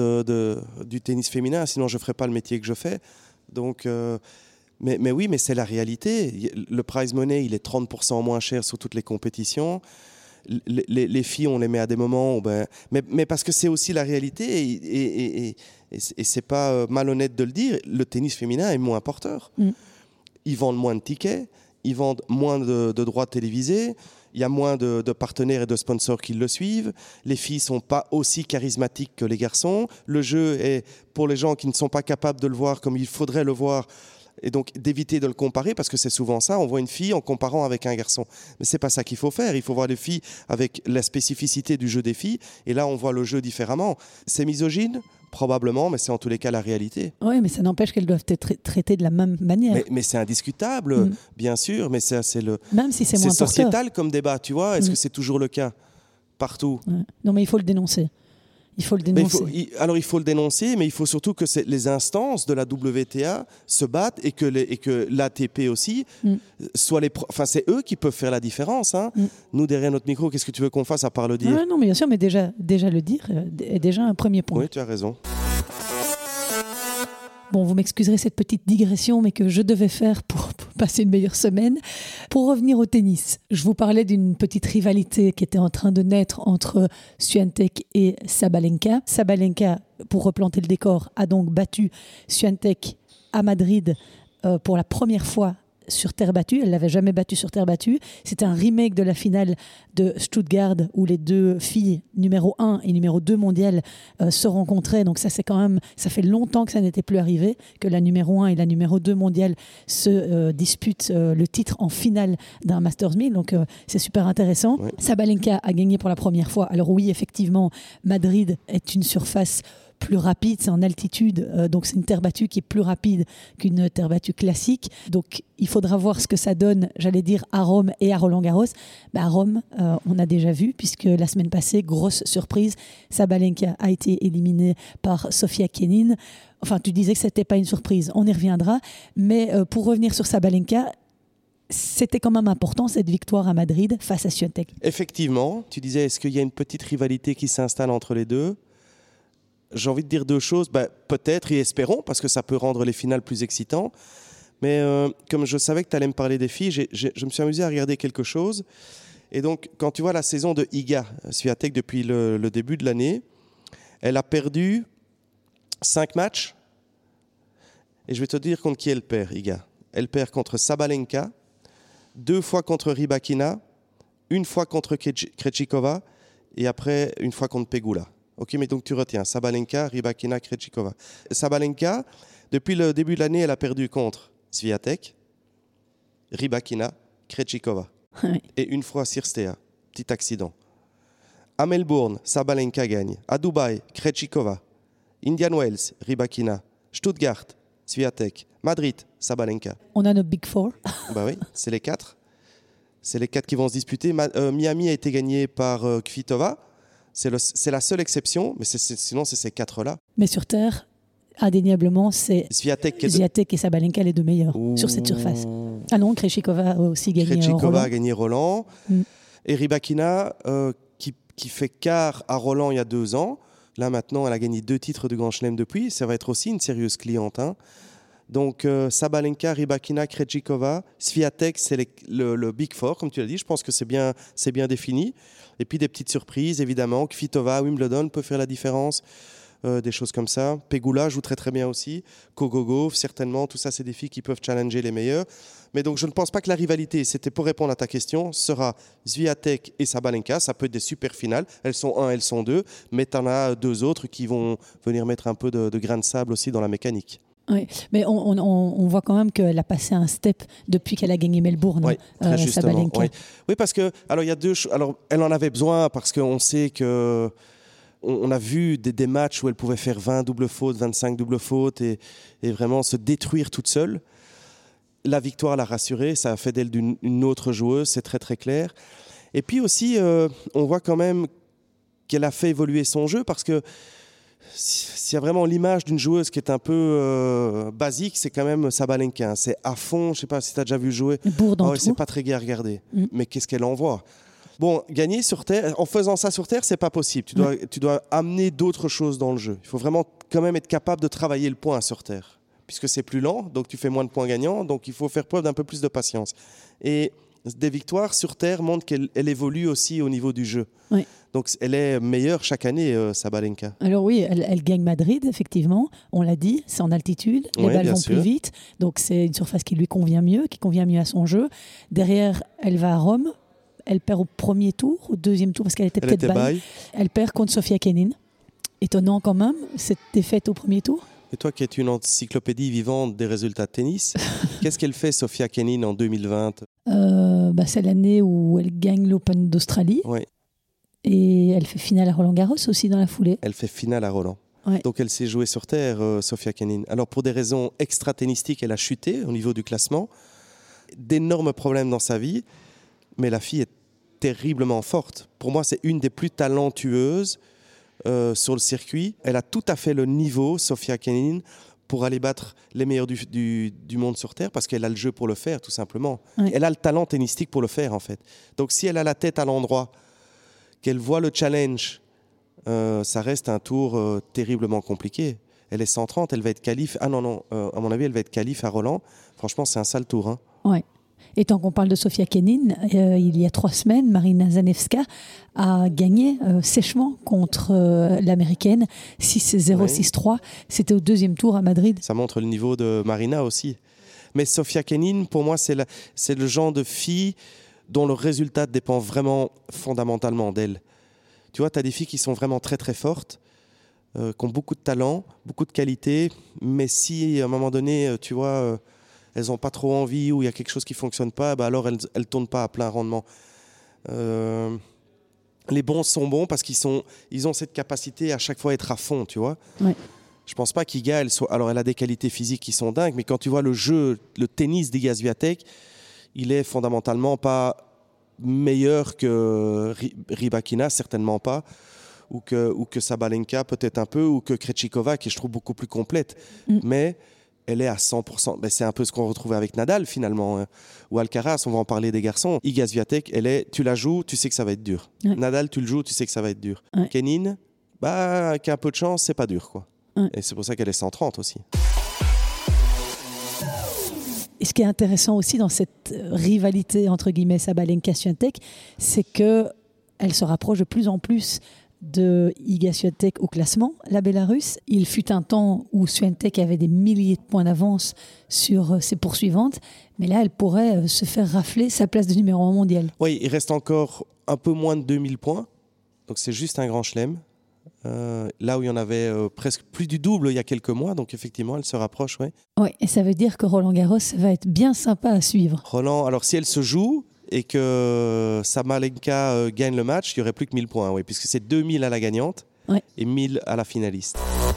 du tennis féminin, sinon je ne ferais pas le métier que je fais. Donc... Mais oui, mais c'est la réalité. Le prize money, il est 30% moins cher sur toutes les compétitions. Les filles, on les met à des moments où, mais parce que c'est aussi la réalité et c'est pas malhonnête de le dire, le tennis féminin est moins porteur. Ils vendent moins de tickets, ils vendent moins de droits télévisés, il y a moins de partenaires et de sponsors qui le suivent. Les filles ne sont pas aussi charismatiques que les garçons. Le jeu est, pour les gens qui ne sont pas capables de le voir comme il faudrait le voir, et donc d'éviter de le comparer, parce que c'est souvent ça, on voit une fille en comparant avec un garçon. Mais c'est pas ça qu'il faut faire, il faut voir les filles avec la spécificité du jeu des filles, et là on voit le jeu différemment. C'est misogyne ? Probablement, mais c'est en tous les cas la réalité. Oui, mais ça n'empêche qu'elles doivent être traitées de la même manière. Mais c'est indiscutable, bien sûr, mais c'est même si c'est moins sociétal porteur. Comme débat, tu vois, est-ce que c'est toujours le cas ? Partout. Non, mais il faut le dénoncer. Il faut le dénoncer. Il faut le dénoncer, mais il faut surtout que les instances de la WTA se battent et que l'ATP aussi soient c'est eux qui peuvent faire la différence. Nous, derrière notre micro, qu'est-ce que tu veux qu'on fasse à part le dire ? Non, mais bien sûr, mais déjà le dire est déjà un premier point. Oui, tu as raison. Bon, vous m'excuserez cette petite digression, mais que je devais faire pour passer une meilleure semaine. Pour revenir au tennis, je vous parlais d'une petite rivalité qui était en train de naître entre Swiatek et Sabalenka. Sabalenka, pour replanter le décor, a donc battu Swiatek à Madrid pour la première fois sur terre battue. Elle ne l'avait jamais battue sur terre battue. C'était un remake de la finale de Stuttgart où les deux filles numéro 1 et numéro 2 mondiales se rencontraient. Donc ça fait longtemps que ça n'était plus arrivé, que la numéro 1 et la numéro 2 mondiale se disputent le titre en finale d'un Masters 1000. Donc c'est super intéressant. Ouais. Sabalenka a gagné pour la première fois. Alors oui, effectivement, Madrid est une surface plus rapide, c'est en altitude, donc c'est une terre battue qui est plus rapide qu'une terre battue classique. Donc il faudra voir ce que ça donne, j'allais dire, à Rome et à Roland-Garros. À Rome, on a déjà vu, puisque la semaine passée, grosse surprise, Sabalenka a été éliminée par Sofia Kenin. Enfin, tu disais que ce n'était pas une surprise, on y reviendra. Mais pour revenir sur Sabalenka, c'était quand même important cette victoire à Madrid face à Swiatek. Effectivement, tu disais, est-ce qu'il y a une petite rivalité qui s'installe entre les deux ? J'ai envie de dire deux choses, peut-être et espérons, parce que ça peut rendre les finales plus excitantes. Mais comme je savais que tu allais me parler des filles, je me suis amusé à regarder quelque chose. Et donc, quand tu vois la saison de Iga Swiatek depuis le début de l'année, elle a perdu 5 matchs. Et je vais te dire contre qui elle perd, Iga. Elle perd contre Sabalenka, 2 fois contre Rybakina, 1 fois contre Krejcikova et après 1 fois contre Pegula. Ok, mais donc tu retiens Sabalenka, Rybakina, Krejcikova. Sabalenka, depuis le début de l'année, elle a perdu contre Swiatek, Rybakina, Krejcikova. Oui. Et 1 fois Cirstea. Petit accident. À Melbourne, Sabalenka gagne. À Dubaï, Krejcikova. Indian Wells, Rybakina. Stuttgart, Swiatek. Madrid, Sabalenka. On a nos Big Four. Bah oui, c'est les 4. C'est les 4 qui vont se disputer. Miami a été gagné par Kvitova. C'est la seule exception, mais sinon c'est ces 4-là. Mais sur terre, indéniablement, c'est Swiatek et Sabalenka les 2 meilleurs sur cette surface. Ah non, Krejcikova a aussi gagné Krejcikova Roland. a gagné Roland. Et Rybakina, qui fait quart à Roland il y a 2 ans. Là maintenant, elle a gagné 2 titres de Grand Chelem depuis. Ça va être aussi une sérieuse cliente. Hein. Donc Sabalenka, Rybakina, Krejcikova, Swiatek, c'est le Big Four, comme tu l'as dit. Je pense que c'est bien défini. Et puis des petites surprises, évidemment. Kvitova, Wimbledon peut faire la différence. Des choses comme ça. Pegula joue très très bien aussi. Kogogov, certainement. Tout ça, c'est des filles qui peuvent challenger les meilleurs. Mais donc, je ne pense pas que la rivalité, c'était pour répondre à ta question, sera Swiatek et Sabalenka. Ça peut être des super finales. Elles sont 1, elles sont 2. Mais tu en as 2 autres qui vont venir mettre un peu de grain de sable aussi dans la mécanique. Oui, mais on voit quand même qu'elle a passé un step depuis qu'elle a gagné Melbourne, oui, très justement, Sabalenka. Oui, parce que alors il y a 2 choses. Alors elle en avait besoin parce qu'on sait que on a vu des matchs où elle pouvait faire 20 doubles fautes, 25 doubles fautes et vraiment se détruire toute seule. La victoire l'a rassurée, ça a fait d'elle une autre joueuse, c'est très très clair. Et puis aussi, on voit quand même qu'elle a fait évoluer son jeu parce que s'il y a vraiment l'image d'une joueuse qui est un peu basique, c'est quand même Sabalenka. C'est à fond, je ne sais pas si tu as déjà vu jouer. C'est pas très gai à regarder. Mais qu'est-ce qu'elle envoie ? Bon, gagner sur terre, en faisant ça sur terre, c'est pas possible. Tu dois amener d'autres choses dans le jeu. Il faut vraiment quand même être capable de travailler le point sur terre. Puisque c'est plus lent, donc tu fais moins de points gagnants, donc il faut faire preuve d'un peu plus de patience. Et des victoires sur terre montrent qu'elle évolue aussi au niveau du jeu. Oui. Donc elle est meilleure chaque année, Sabalenka. Alors oui, elle gagne Madrid, effectivement, on l'a dit, c'est en altitude, les balles vont plus vite, donc c'est une surface qui lui convient mieux, qui convient mieux à son jeu. Derrière, elle va à Rome, elle perd au premier tour, au deuxième tour, parce qu'elle était peut-être baille. Elle perd contre Sofia Kenin. Étonnant quand même, cette défaite au premier tour. Et toi qui es une encyclopédie vivante des résultats de tennis, qu'est-ce qu'elle fait, Sofia Kenin, en 2020 ? C'est l'année où elle gagne l'Open d'Australie. Oui. Et elle fait finale à Roland-Garros aussi dans la foulée. Elle fait finale à Roland. Ouais. Donc elle s'est jouée sur terre, Sofia Kenin. Alors pour des raisons extra-tennistiques, elle a chuté au niveau du classement. D'énormes problèmes dans sa vie. Mais la fille est terriblement forte. Pour moi, c'est une des plus talentueuses sur le circuit. Elle a tout à fait le niveau, Sofia Kenin, pour aller battre les meilleurs du monde sur terre, parce qu'elle a le jeu pour le faire, tout simplement. Oui. Elle a le talent tennistique pour le faire, en fait. Donc si elle a la tête à l'endroit, qu'elle voit le challenge, ça reste un tour terriblement compliqué. Elle est 130, elle va être qualif. Ah non, à mon avis, elle va être qualif à Roland. Franchement, c'est un sale tour. Hein. Ouais. Et tant qu'on parle de Sofia Kenin, il y a 3 semaines, Marina Zanevska a gagné sèchement contre l'américaine 6-0, oui. 6-3. C'était au 2e tour à Madrid. Ça montre le niveau de Marina aussi. Mais Sofia Kenin, pour moi, c'est le genre de fille dont le résultat dépend vraiment fondamentalement d'elle. Tu vois, tu as des filles qui sont vraiment très très fortes, qui ont beaucoup de talent, beaucoup de qualité, mais si à un moment donné, tu vois... elles n'ont pas trop envie ou il y a quelque chose qui ne fonctionne pas, bah alors elles ne tournent pas à plein rendement. Les bons sont bons parce ils ont cette capacité à chaque fois à être à fond, tu vois. Ouais. Je ne pense pas qu'Iga, alors elle a des qualités physiques qui sont dingues, mais quand tu vois le jeu, le tennis d'Iga Swiatek, il est fondamentalement pas meilleur que Rybakina, certainement pas, ou que Sabalenka, peut-être un peu, ou que Krejcikova, qui je trouve beaucoup plus complète. Mais... elle est à 100%. Ben, c'est un peu ce qu'on retrouvait avec Nadal, finalement. Hein. Ou Alcaraz, on va en parler des garçons. Iga Swiatek, tu la joues, tu sais que ça va être dur. Ouais. Nadal, tu le joues, tu sais que ça va être dur. Ouais. Kenin, avec un peu de chance, c'est pas dur, quoi. Ouais. Et c'est pour ça qu'elle est 130 aussi. Et ce qui est intéressant aussi dans cette rivalité entre guillemets Sabalenka-Swiatek, c'est qu'elle se rapproche de plus en plus de Iga Swiatek au classement, la Bélarusse. Il fut un temps où Swiatek avait des milliers de points d'avance sur ses poursuivantes, mais là, elle pourrait se faire rafler sa place de numéro 1 mondial. Oui, il reste encore un peu moins de 2000 points, donc c'est juste un grand chelem. Là où il y en avait presque plus du double il y a quelques mois, donc effectivement, elle se rapproche. Oui, et ça veut dire que Roland Garros va être bien sympa à suivre. Roland, alors si elle se joue et que Sabalenka gagne le match, il n'y aurait plus que 1000 points, puisque c'est 2000 à la gagnante et 1000 à la finaliste.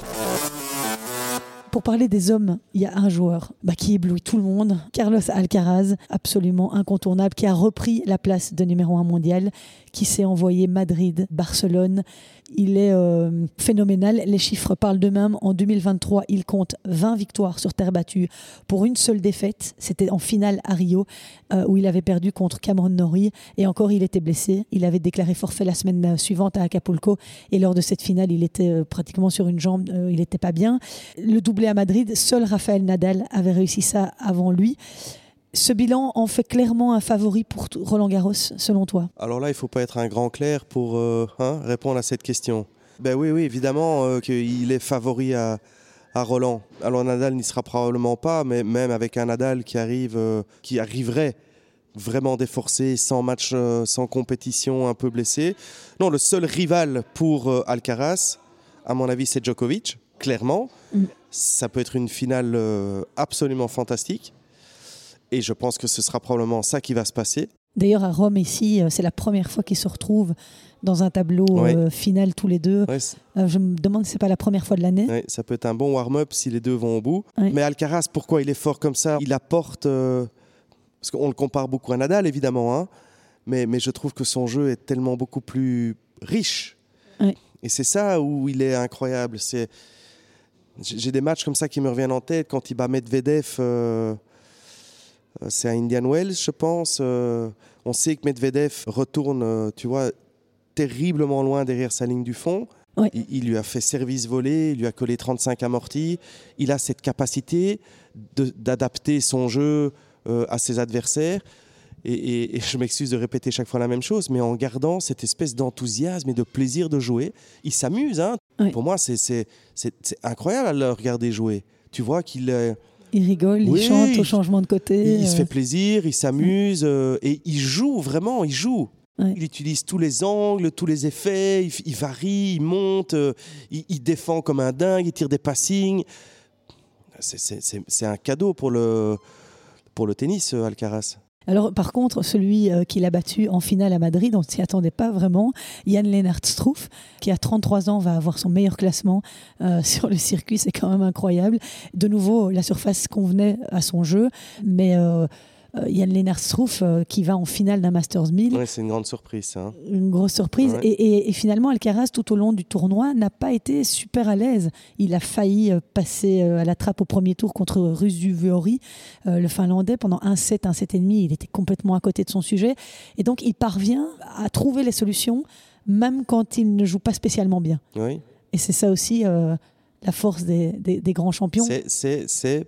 Pour parler des hommes, il y a un joueur qui éblouit tout le monde, Carlos Alcaraz, absolument incontournable, qui a repris la place de numéro 1 mondial, qui s'est envoyé Madrid, Barcelone. Il est phénoménal, les chiffres parlent d'eux-mêmes. En 2023, il compte 20 victoires sur terre battue pour une seule défaite. C'était en finale à Rio, où il avait perdu contre Cameron Norrie. Et encore, il était blessé. Il avait déclaré forfait la semaine suivante à Acapulco. Et lors de cette finale, il était pratiquement sur une jambe. Il n'était pas bien. Le doublé à Madrid, seul Rafael Nadal avait réussi ça avant lui. Ce bilan en fait clairement un favori pour Roland Garros, selon toi? Alors là, il ne faut pas être un grand clerc pour répondre à cette question. Ben oui, évidemment qu'il est favori à Roland. Alors Nadal n'y sera probablement pas, mais même avec un Nadal qui arriverait vraiment déforcé, sans match, sans compétition, un peu blessé. Non, le seul rival pour Alcaraz, à mon avis, c'est Djokovic, clairement. Ça peut être une finale absolument fantastique. Et je pense que ce sera probablement ça qui va se passer. D'ailleurs, à Rome, ici, c'est la première fois qu'ils se retrouvent dans un tableau final tous les deux. Je me demande si ce n'est pas la première fois de l'année. Ça peut être un bon warm-up si les deux vont au bout. Mais Alcaraz, pourquoi il est fort comme ça? Il apporte... parce qu'on le compare beaucoup à Nadal, évidemment. Mais je trouve que son jeu est tellement beaucoup plus riche. Et c'est ça où il est incroyable. J'ai des matchs comme ça qui me reviennent en tête. Quand il bat Medvedev... c'est à Indian Wells, je pense. On sait que Medvedev retourne, terriblement loin derrière sa ligne du fond. Il lui a fait service volé, il lui a collé 35 amortis. Il a cette capacité d'adapter son jeu à ses adversaires. Et je m'excuse de répéter chaque fois la même chose, mais en gardant cette espèce d'enthousiasme et de plaisir de jouer, il s'amuse. Pour moi, c'est incroyable à le regarder jouer. Tu vois qu'il... Il rigole, il chante au changement de côté. Il se fait plaisir, il s'amuse et il joue, vraiment, il joue. Il utilise tous les angles, tous les effets, il varie, il monte, il défend comme un dingue, il tire des passings. C'est un cadeau pour le tennis, Alcaraz. Alors, par contre, celui qui l'a battu en finale à Madrid, on ne s'y attendait pas vraiment, Jan-Lennart Struff, qui à 33 ans va avoir son meilleur classement sur le circuit, c'est quand même incroyable. De nouveau, la surface convenait à son jeu, mais Jan-Lennart Struff qui va en finale d'un Masters 1000. C'est une grande surprise, ça. Une grosse surprise. Et finalement, Alcaraz, tout au long du tournoi, n'a pas été super à l'aise. Il a failli passer à la trappe au premier tour contre Ruusu Vuori, le Finlandais. Pendant un set et demi, il était complètement à côté de son sujet. Et donc, il parvient à trouver les solutions, même quand il ne joue pas spécialement bien. Et c'est ça aussi la force des grands champions. C'est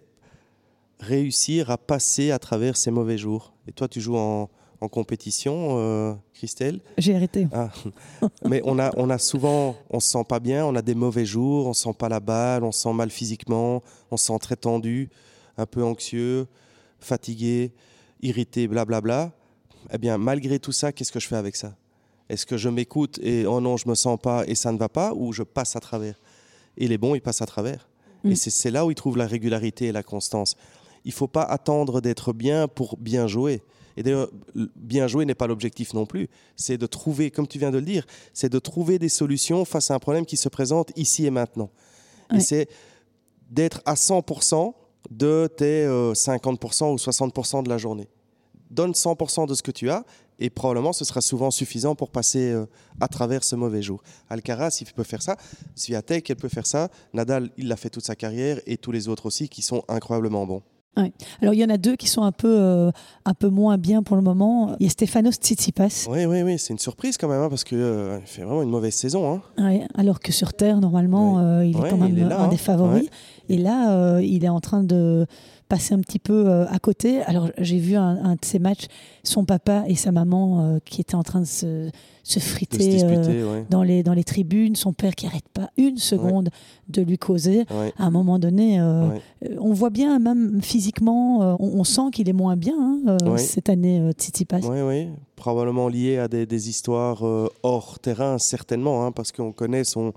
réussir à passer à travers ces mauvais jours. Et toi, tu joues en compétition, Christelle? J'ai arrêté. Mais on a souvent, on se sent pas bien, on a des mauvais jours, on sent pas la balle, on se sent mal physiquement, on se sent très tendu, un peu anxieux, fatigué, irrité, blablabla. Eh bien, malgré tout ça, qu'est-ce que je fais avec ça? Est-ce que je m'écoute et oh non, je me sens pas et ça ne va pas, ou je passe à travers? Et les bons, ils passent à travers. Et c'est là où ils trouvent la régularité et la constance. Il ne faut pas attendre d'être bien pour bien jouer. Et d'ailleurs, bien jouer n'est pas l'objectif non plus. C'est de trouver, comme tu viens de le dire, c'est de trouver des solutions face à un problème qui se présente ici et maintenant. Et c'est d'être à 100% de tes 50% ou 60% de la journée. Donne 100% de ce que tu as et probablement ce sera souvent suffisant pour passer à travers ce mauvais jour. Alcaraz, il peut faire ça. Swiatek, elle peut faire ça. Nadal, il l'a fait toute sa carrière et tous les autres aussi qui sont incroyablement bons. Alors il y en a deux qui sont un peu moins bien pour le moment. Il y a Stefanos Tsitsipas. Oui, c'est une surprise quand même parce qu'il fait vraiment une mauvaise saison. Alors que sur terre, normalement, il est quand même un des favoris. Et là, il est en train de passer un petit peu à côté. Alors, j'ai vu un de ces matchs, son papa et sa maman qui étaient en train de se friter disputer, dans les tribunes, son père qui n'arrête pas une seconde de lui causer. Ouais. À un moment donné, on voit bien, même physiquement, on sent qu'il est moins bien cette année, Tsitsipas. Oui, probablement lié à des histoires hors terrain, certainement, hein, parce qu'on connaît son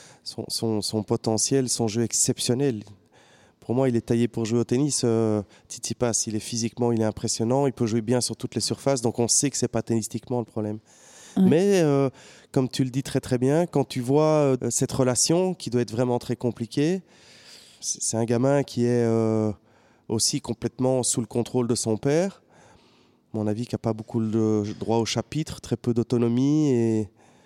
potentiel, son jeu exceptionnel. Pour moi, il est taillé pour jouer au tennis. Tsitsipas, il est impressionnant, il peut jouer bien sur toutes les surfaces, donc on sait que c'est pas tennistiquement le problème. Ouais. Mais comme tu le dis très très bien, quand tu vois cette relation qui doit être vraiment très compliquée, c'est un gamin qui est aussi complètement sous le contrôle de son père. À mon avis, qui n'a pas beaucoup de droit au chapitre, très peu d'autonomie et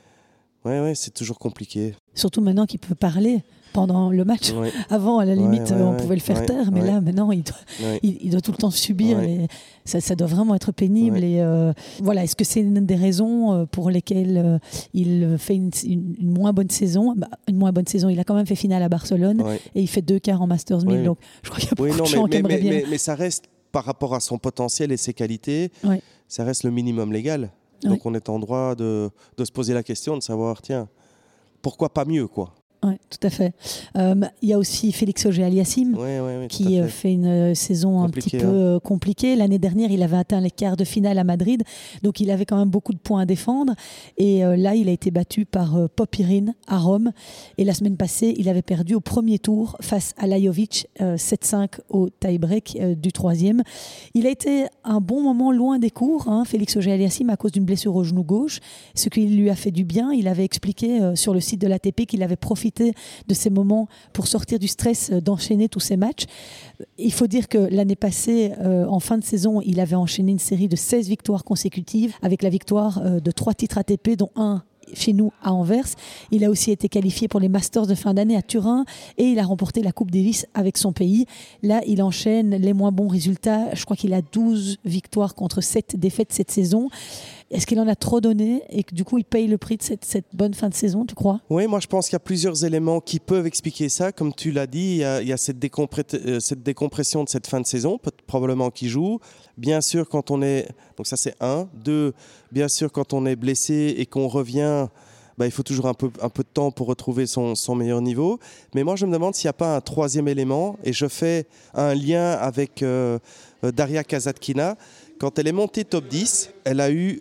c'est toujours compliqué. Surtout maintenant qu'il peut parler pendant le match. Ouais. Avant, à la limite, on pouvait le faire taire, mais là, maintenant, il doit tout le temps subir. Et ça doit vraiment être pénible. Et voilà, est-ce que c'est une des raisons pour lesquelles il fait une moins bonne saison ? Une moins bonne saison. Il a quand même fait finale à Barcelone et il fait 2 quarts en Masters 1000. Donc, je crois qu'il y a beaucoup de gens qui aimeraient bien. Mais ça reste, par rapport à son potentiel et ses qualités, ça reste le minimum légal. Donc, on est en droit de se poser la question, de savoir, tiens, pourquoi pas mieux, quoi ? Oui, tout à fait. Il y a aussi Félix Auger-Aliassime qui fait une saison un petit peu compliquée. L'année dernière, il avait atteint les quarts de finale à Madrid, donc il avait quand même beaucoup de points à défendre. Et là, il a été battu par Popyrin à Rome. Et la semaine passée, il avait perdu au premier tour face à Lajovic, 7-5 au tie-break du 3e. Il a été un bon moment loin des cours, Félix Auger-Aliassime, à cause d'une blessure au genou gauche, ce qui lui a fait du bien. Il avait expliqué sur le site de l'ATP qu'il avait profité de ces moments pour sortir du stress d'enchaîner tous ces matchs. Il faut dire que l'année passée, en fin de saison, il avait enchaîné une série de 16 victoires consécutives avec la victoire de 3 titres ATP, dont un chez nous à Anvers. Il a aussi été qualifié pour les Masters de fin d'année à Turin et il a remporté la Coupe Davis avec son pays. Là, il enchaîne les moins bons résultats. Je crois qu'il a 12 victoires contre 7 défaites cette saison. Est-ce qu'il en a trop donné et que du coup il paye le prix de cette bonne fin de saison, tu crois ? Oui, moi je pense qu'il y a plusieurs éléments qui peuvent expliquer ça. Comme tu l'as dit, il y a cette décompression de cette fin de saison, probablement qui joue. Bien sûr, quand on est... Donc ça c'est 1. 2, bien sûr, quand on est blessé et qu'on revient, il faut toujours un peu de temps pour retrouver son meilleur niveau. Mais moi je me demande s'il n'y a pas un 3e élément et je fais un lien avec Daria Kasatkina. Quand elle est montée top 10, elle a eu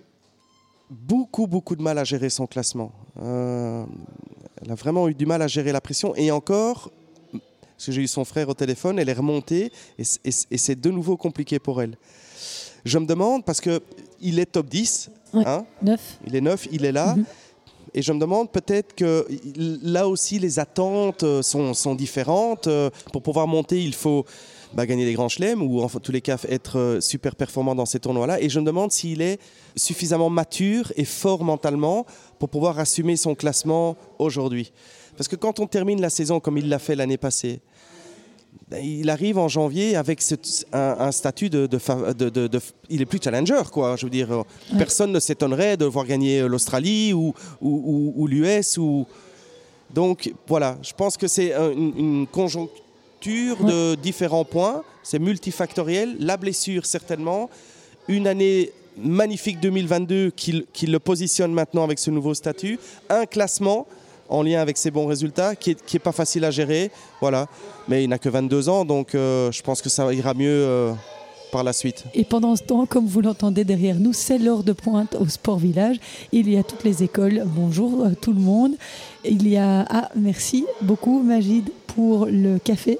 beaucoup de mal à gérer son classement. Elle a vraiment eu du mal à gérer la pression. Et encore, parce que j'ai eu son frère au téléphone, elle est remontée et c'est de nouveau compliqué pour elle. Je me demande, parce qu'il est top 10, 9. Il est 9, il est là. Et je me demande peut-être que là aussi les attentes sont différentes. Pour pouvoir monter, il faut gagner des grands chelems ou en tous les cas être super performant dans ces tournois-là. Et je me demande s'il est suffisamment mature et fort mentalement pour pouvoir assumer son classement aujourd'hui. Parce que quand on termine la saison comme il l'a fait l'année passée, il arrive en janvier avec un statut il est plus challenger, quoi. Je veux dire, personne ne s'étonnerait de voir gagner l'Australie ou l'US. Donc voilà, je pense que c'est une conjoncture de différents points. C'est multifactoriel. La blessure, certainement. Une année magnifique 2022 qui le positionne maintenant avec ce nouveau statut. Un classement en lien avec ses bons résultats, qui est pas facile à gérer, voilà. Mais il n'a que 22 ans, donc je pense que ça ira mieux par la suite. Et pendant ce temps, comme vous l'entendez derrière nous, c'est l'heure de pointe au Sport Village. Il y a toutes les écoles. Bonjour tout le monde. Il y a... Ah, merci beaucoup Magid pour le café.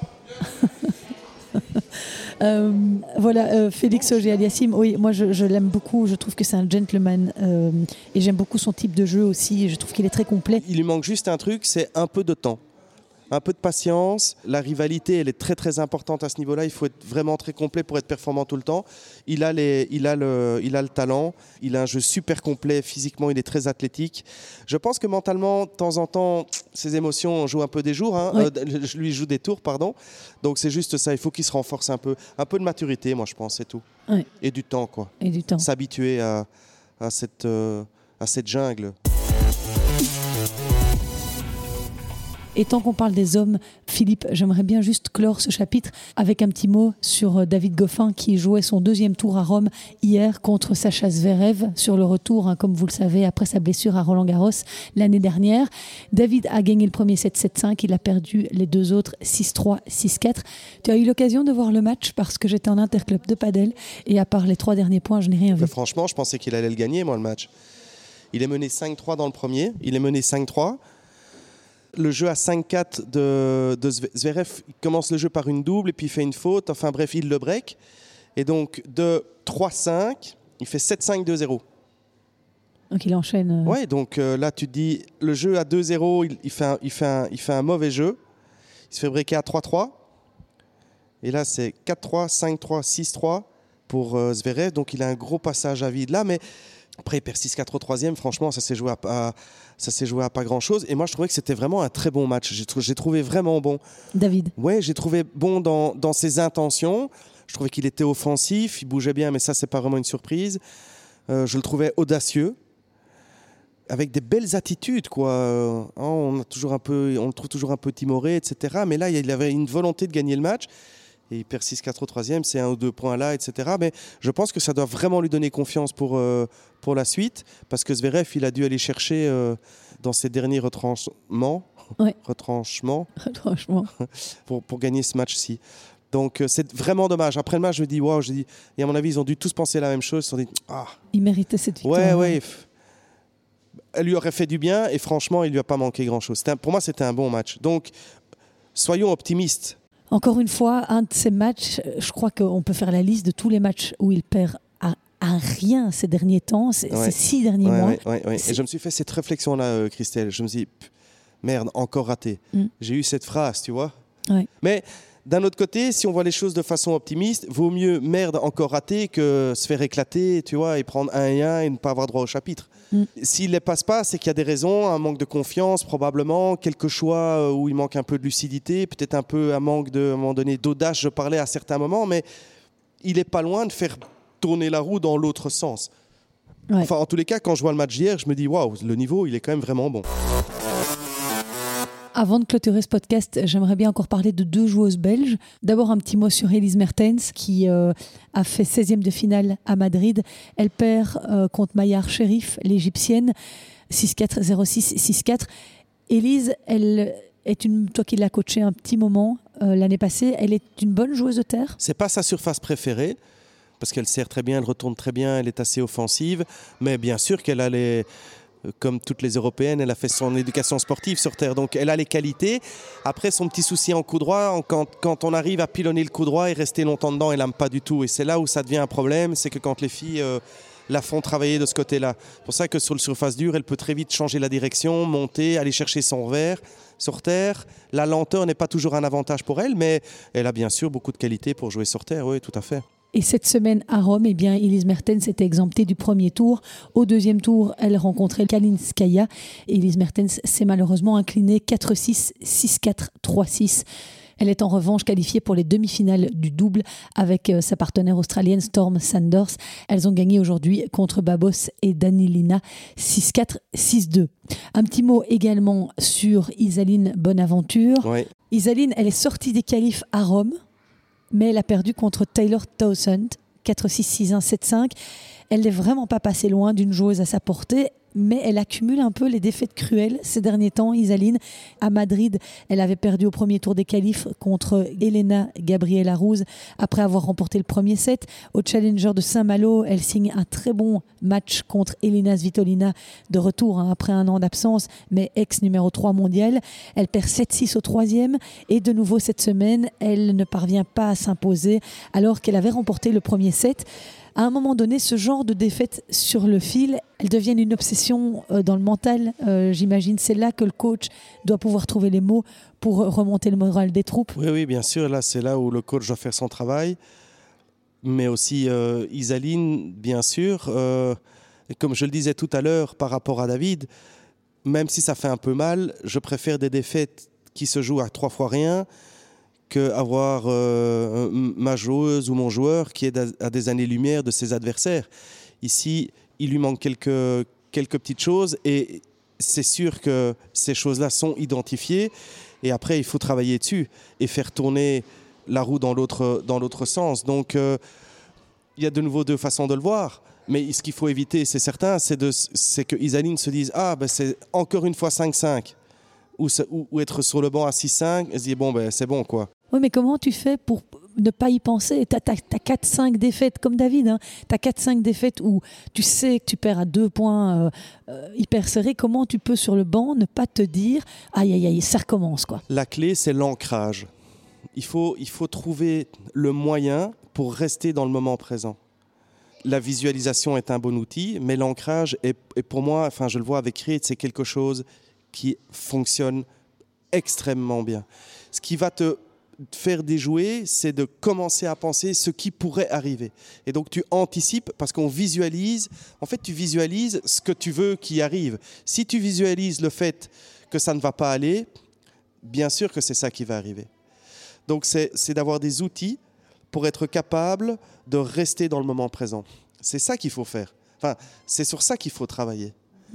Voilà, Félix Auger-Aliassime, oui, moi je l'aime beaucoup, je trouve que c'est un gentleman et j'aime beaucoup son type de jeu aussi, je trouve qu'il est très complet. Il lui manque juste un truc, c'est un peu de temps, un peu de patience. La rivalité, elle est très très importante à ce niveau-là, il faut être vraiment très complet pour être performant tout le temps. Il a le talent, il a un jeu super complet, physiquement il est très athlétique. Je pense que mentalement, de temps en temps, ses émotions jouent un peu des jours, lui joue des tours, pardon. Donc c'est juste ça, il faut qu'il se renforce un peu de maturité, moi je pense, c'est tout. Oui. Et du temps, quoi. Et du temps. S'habituer à cette jungle. Et tant qu'on parle des hommes, Philippe, j'aimerais bien juste clore ce chapitre avec un petit mot sur David Goffin qui jouait son deuxième tour à Rome hier contre Sacha Zverev sur le retour, hein, comme vous le savez, après sa blessure à Roland-Garros l'année dernière. David a gagné le premier 7-7-5, il a perdu les deux autres 6-3, 6-4. Tu as eu l'occasion de voir le match parce que j'étais en interclub de padel et à part les 3 derniers points, je n'ai rien vu. Franchement, je pensais qu'il allait le gagner, moi, le match. Il est mené 5-3 dans le premier, il est mené 5-3. Le jeu à 5-4 de Zverev, il commence le jeu par une double et puis il fait une faute. Enfin bref, il le break. Et donc de 3-5, il fait 7-5, 2-0. Donc il enchaîne. Ouais, donc là tu te dis, le jeu à 2-0, il fait un mauvais jeu. Il se fait breaker à 3-3. Et là c'est 4-3, 5-3, 6-3 pour Zverev. Donc il a un gros passage à vide là. Mais après il perd 6-4 au troisième. Franchement, ça s'est joué à pas grand-chose. Et moi, je trouvais que c'était vraiment un très bon match. J'ai trouvé vraiment bon. David. Ouais, j'ai trouvé bon dans ses intentions. Je trouvais qu'il était offensif, il bougeait bien, mais ça, c'est pas vraiment une surprise. Je le trouvais audacieux, avec des belles attitudes, quoi. On le trouve toujours un peu timoré, etc. Mais là, il avait une volonté de gagner le match. Et il perd 6-4 au troisième, c'est 1 ou 2 points là, etc. Mais je pense que ça doit vraiment lui donner confiance pour la suite, parce que Zverev, il a dû aller chercher dans ses derniers retranchements pour gagner ce match-ci. Donc c'est vraiment dommage. Après le match, je me dis, wow, et à mon avis, ils ont dû tous penser la même chose. Ils se sont dit, il méritait cette victoire. Ouais. Elle lui aurait fait du bien, et franchement, il lui a pas manqué grand-chose. Pour moi, c'était un bon match. Donc, soyons optimistes. Encore une fois, un de ces matchs, je crois qu'on peut faire la liste de tous les matchs où il perd à rien ces derniers temps, ces 6 derniers mois. Ouais. Et je me suis fait cette réflexion-là, Christelle. Je me suis dit, merde, encore raté. J'ai eu cette phrase, tu vois. Ouais. Mais d'un autre côté, si on voit les choses de façon optimiste, vaut mieux merde, encore raté que se faire éclater, tu vois, et prendre 1-1 et ne pas avoir droit au chapitre. S'il ne les passe pas, c'est qu'il y a des raisons, un manque de confiance probablement, quelques choix où il manque un peu de lucidité, peut-être un peu un manque à un moment donné d'audace, je parlais à certains moments, mais il n'est pas loin de faire tourner la roue dans l'autre sens. Ouais. Enfin, en tous les cas, quand je vois le match d'hier, je me dis, waouh, le niveau, il est quand même vraiment bon. Avant de clôturer ce podcast, j'aimerais bien encore parler de 2 joueuses belges. D'abord, un petit mot sur Elise Mertens qui a fait 16e de finale à Madrid. Elle perd contre Mayar Sherif, l'Égyptienne, 6-4, 0-6, 6-4. Elise, elle est toi qui l'as coachée un petit moment l'année passée, elle est une bonne joueuse de terre. C'est pas sa surface préférée, parce qu'elle sert très bien, elle retourne très bien, elle est assez offensive. Mais bien sûr qu'elle a comme toutes les Européennes, elle a fait son éducation sportive sur terre, donc elle a les qualités. Après, son petit souci en coup droit, quand on arrive à pilonner le coup droit et rester longtemps dedans, elle n'aime pas du tout. Et c'est là où ça devient un problème, c'est que quand les filles la font travailler de ce côté-là. C'est pour ça que sur le surface dure, elle peut très vite changer la direction, monter, aller chercher son revers sur terre. La lenteur n'est pas toujours un avantage pour elle, mais elle a bien sûr beaucoup de qualités pour jouer sur terre, oui, tout à fait. Et cette semaine à Rome, eh bien, Elise Mertens était exemptée du premier tour. Au deuxième tour, elle rencontrait Kalinskaya. Et Elise Mertens s'est malheureusement inclinée 4-6, 6-4, 3-6. Elle est en revanche qualifiée pour les demi-finales du double avec sa partenaire australienne Storm Sanders. Elles ont gagné aujourd'hui contre Babos et Danilina 6-4, 6-2. Un petit mot également sur Isaline Bonaventure. Oui. Isaline, elle est sortie des qualifs à Rome, mais elle a perdu contre Taylor Townsend, 4-6, 6-1, 7-5. Elle n'est vraiment pas passée loin d'une joueuse à sa portée, mais elle accumule un peu les défaites cruelles ces derniers temps, Isaline. À Madrid, elle avait perdu au premier tour des qualifs contre Elena Gabriela Ruz après avoir remporté le premier set. Au Challenger de Saint-Malo, elle signe un très bon match contre Elina Svitolina de retour après un an d'absence, mais ex-numéro 3 mondial. Elle perd 7-6 au troisième et de nouveau cette semaine, elle ne parvient pas à s'imposer alors qu'elle avait remporté le premier set. À un moment donné, ce genre de défaite sur le fil, elles deviennent une obsession dans le mental. J'imagine c'est là que le coach doit pouvoir trouver les mots pour remonter le moral des troupes. Oui, bien sûr. Là, c'est là où le coach doit faire son travail. Mais aussi Isaline, bien sûr. Comme je le disais tout à l'heure par rapport à David, même si ça fait un peu mal, je préfère des défaites qui se jouent à 3 fois rien qu'avoir ma joueuse ou mon joueur qui est à des années-lumière de ses adversaires. Ici, il lui manque quelques petites choses et c'est sûr que ces choses-là sont identifiées et après, il faut travailler dessus et faire tourner la roue dans l'autre sens. Donc, il y a de nouveau 2 façons de le voir. Mais ce qu'il faut éviter, c'est certain, c'est que Isaline se dise « Ah, ben c'est encore une fois 5-5 » ou être sur le banc à 6-5 et se dire « Bon, ben c'est bon, quoi. » Oui, mais comment tu fais pour ne pas y penser? T'as 4-5 défaites comme David, hein. T'as 4-5 défaites où tu sais que tu perds à 2 points hyper serrés. Comment tu peux sur le banc ne pas te dire « Aïe, aïe, aïe, ça recommence, quoi ». La clé, c'est l'ancrage. Il faut trouver le moyen pour rester dans le moment présent. La visualisation est un bon outil, mais l'ancrage est pour moi, enfin je le vois avec Creed, c'est quelque chose qui fonctionne extrêmement bien. Ce qui va te faire déjouer, c'est de commencer à penser ce qui pourrait arriver. Et donc tu anticipes parce qu'on visualise, en fait tu visualises ce que tu veux qui arrive. Si tu visualises le fait que ça ne va pas aller, bien sûr que c'est ça qui va arriver. Donc c'est d'avoir des outils pour être capable de rester dans le moment présent. C'est ça qu'il faut faire. Enfin, c'est sur ça qu'il faut travailler.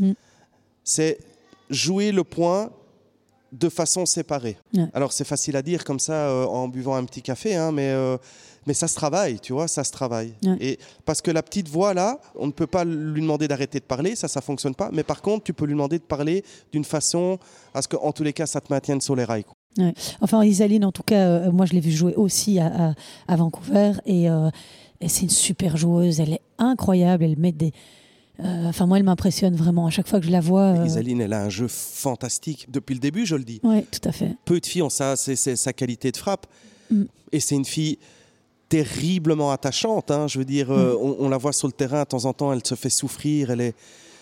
C'est jouer le point de façon séparée. Ouais. Alors, c'est facile à dire comme ça en buvant un petit café, hein, mais ça se travaille, tu vois, ça se travaille. Ouais. Et parce que la petite voix, là, on ne peut pas lui demander d'arrêter de parler, ça ne fonctionne pas. Mais par contre, tu peux lui demander de parler d'une façon à ce qu'en tous les cas, ça te maintienne sur les rails, quoi. Ouais. Enfin, Isaline, en tout cas, moi je l'ai vue jouer aussi à Vancouver et c'est une super joueuse, elle est incroyable, elle met des... Enfin, moi elle m'impressionne vraiment à chaque fois que je la vois. Isaline, elle a un jeu fantastique depuis le début, je le dis. Oui, tout à fait. Peu de filles ont ça, c'est sa qualité de frappe. Et c'est une fille terriblement attachante, hein. Je veux dire, on la voit sur le terrain, de temps en temps, elle se fait souffrir, elle est...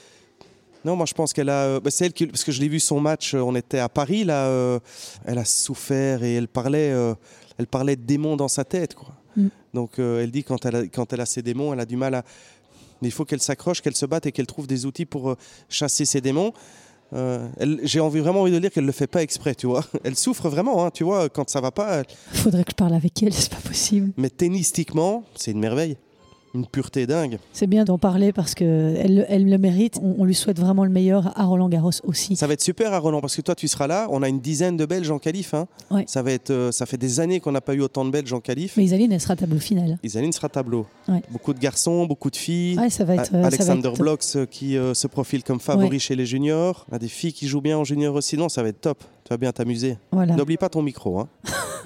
Non, moi je pense qu'elle a... c'est elle qui, parce que je l'ai vu son match, on était à Paris, là, elle a souffert et elle parlait de démons dans sa tête, quoi. Donc elle dit quand elle a ses démons, elle a du mal à... Mais il faut qu'elle s'accroche, qu'elle se batte et qu'elle trouve des outils pour chasser ses démons. J'ai vraiment envie de dire qu'elle ne le fait pas exprès, tu vois. Elle souffre vraiment, hein, tu vois, quand ça ne va pas. Il faudrait que je parle avec elle, c'est pas possible. Mais tennistiquement, c'est une merveille. Une pureté dingue. C'est bien d'en parler parce qu'elle le mérite. On lui souhaite vraiment le meilleur à Roland-Garros aussi. Ça va être super à Roland parce que toi tu seras là. On a une dizaine de Belges en qualif. Hein. Ouais. Ça fait des années qu'on n'a pas eu autant de Belges en qualif. Mais Isaline, elle sera tableau final. Isaline sera tableau. Ouais. Beaucoup de garçons, beaucoup de filles. Ouais, ça va être, Alexander Blocks qui se profile comme favori chez les juniors. On a des filles qui jouent bien en junior aussi. Non, ça va être top. Tu vas bien t'amuser. Voilà. N'oublie pas ton micro. Hein.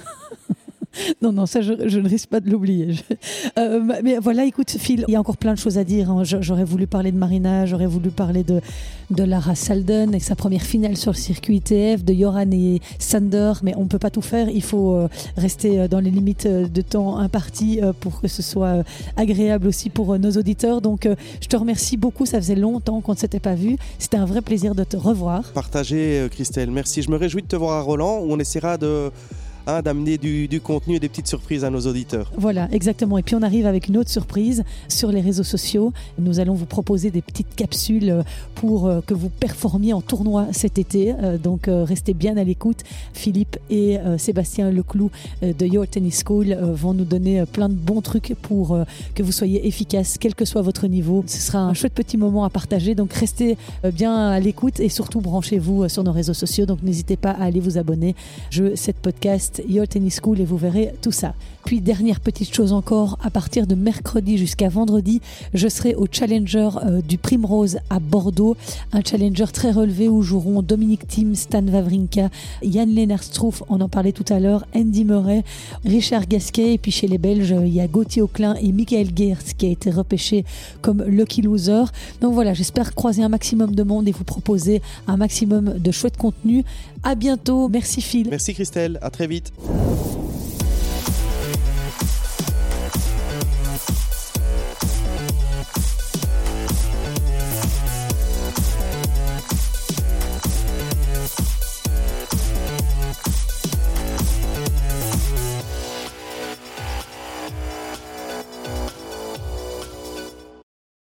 Non, ça, je ne risque pas de l'oublier. Mais voilà, écoute, Phil, il y a encore plein de choses à dire. Hein. J'aurais voulu parler de Marina, j'aurais voulu parler de Lara Salden avec sa première finale sur le circuit ITF, de Joran et Sander, mais on ne peut pas tout faire. Il faut rester dans les limites de temps imparties pour que ce soit agréable aussi pour nos auditeurs. Donc, je te remercie beaucoup. Ça faisait longtemps qu'on ne s'était pas vu. C'était un vrai plaisir de te revoir. Partagez, Christelle. Merci. Je me réjouis de te voir à Roland où on essaiera d'amener du contenu et des petites surprises à nos auditeurs. Voilà, exactement. Et puis on arrive avec une autre surprise sur les réseaux sociaux. Nous allons vous proposer des petites capsules pour que vous performiez en tournoi cet été. Donc restez bien à l'écoute. Philippe et Sébastien Leclou de Your Tennis School vont nous donner plein de bons trucs pour que vous soyez efficace, quel que soit votre niveau. Ce sera un chouette petit moment à partager. Donc restez bien à l'écoute et surtout branchez-vous sur nos réseaux sociaux. Donc n'hésitez pas à aller vous abonner. Cette podcast Your Tennis School et vous verrez tout ça. Puis dernière petite chose encore, à partir de mercredi jusqu'à vendredi, je serai au Challenger du Primrose à Bordeaux, un Challenger très relevé où joueront Dominic Thiem, Stan Wawrinka, Jan-Lennard Struff, on en parlait tout à l'heure, Andy Murray, Richard Gasquet, et puis chez les Belges, il y a Gauthier Auclin et Michael Geerts qui a été repêché comme lucky loser. Donc voilà, j'espère croiser un maximum de monde et vous proposer un maximum de chouettes contenus. À bientôt, merci Phil. Merci Christelle, à très vite.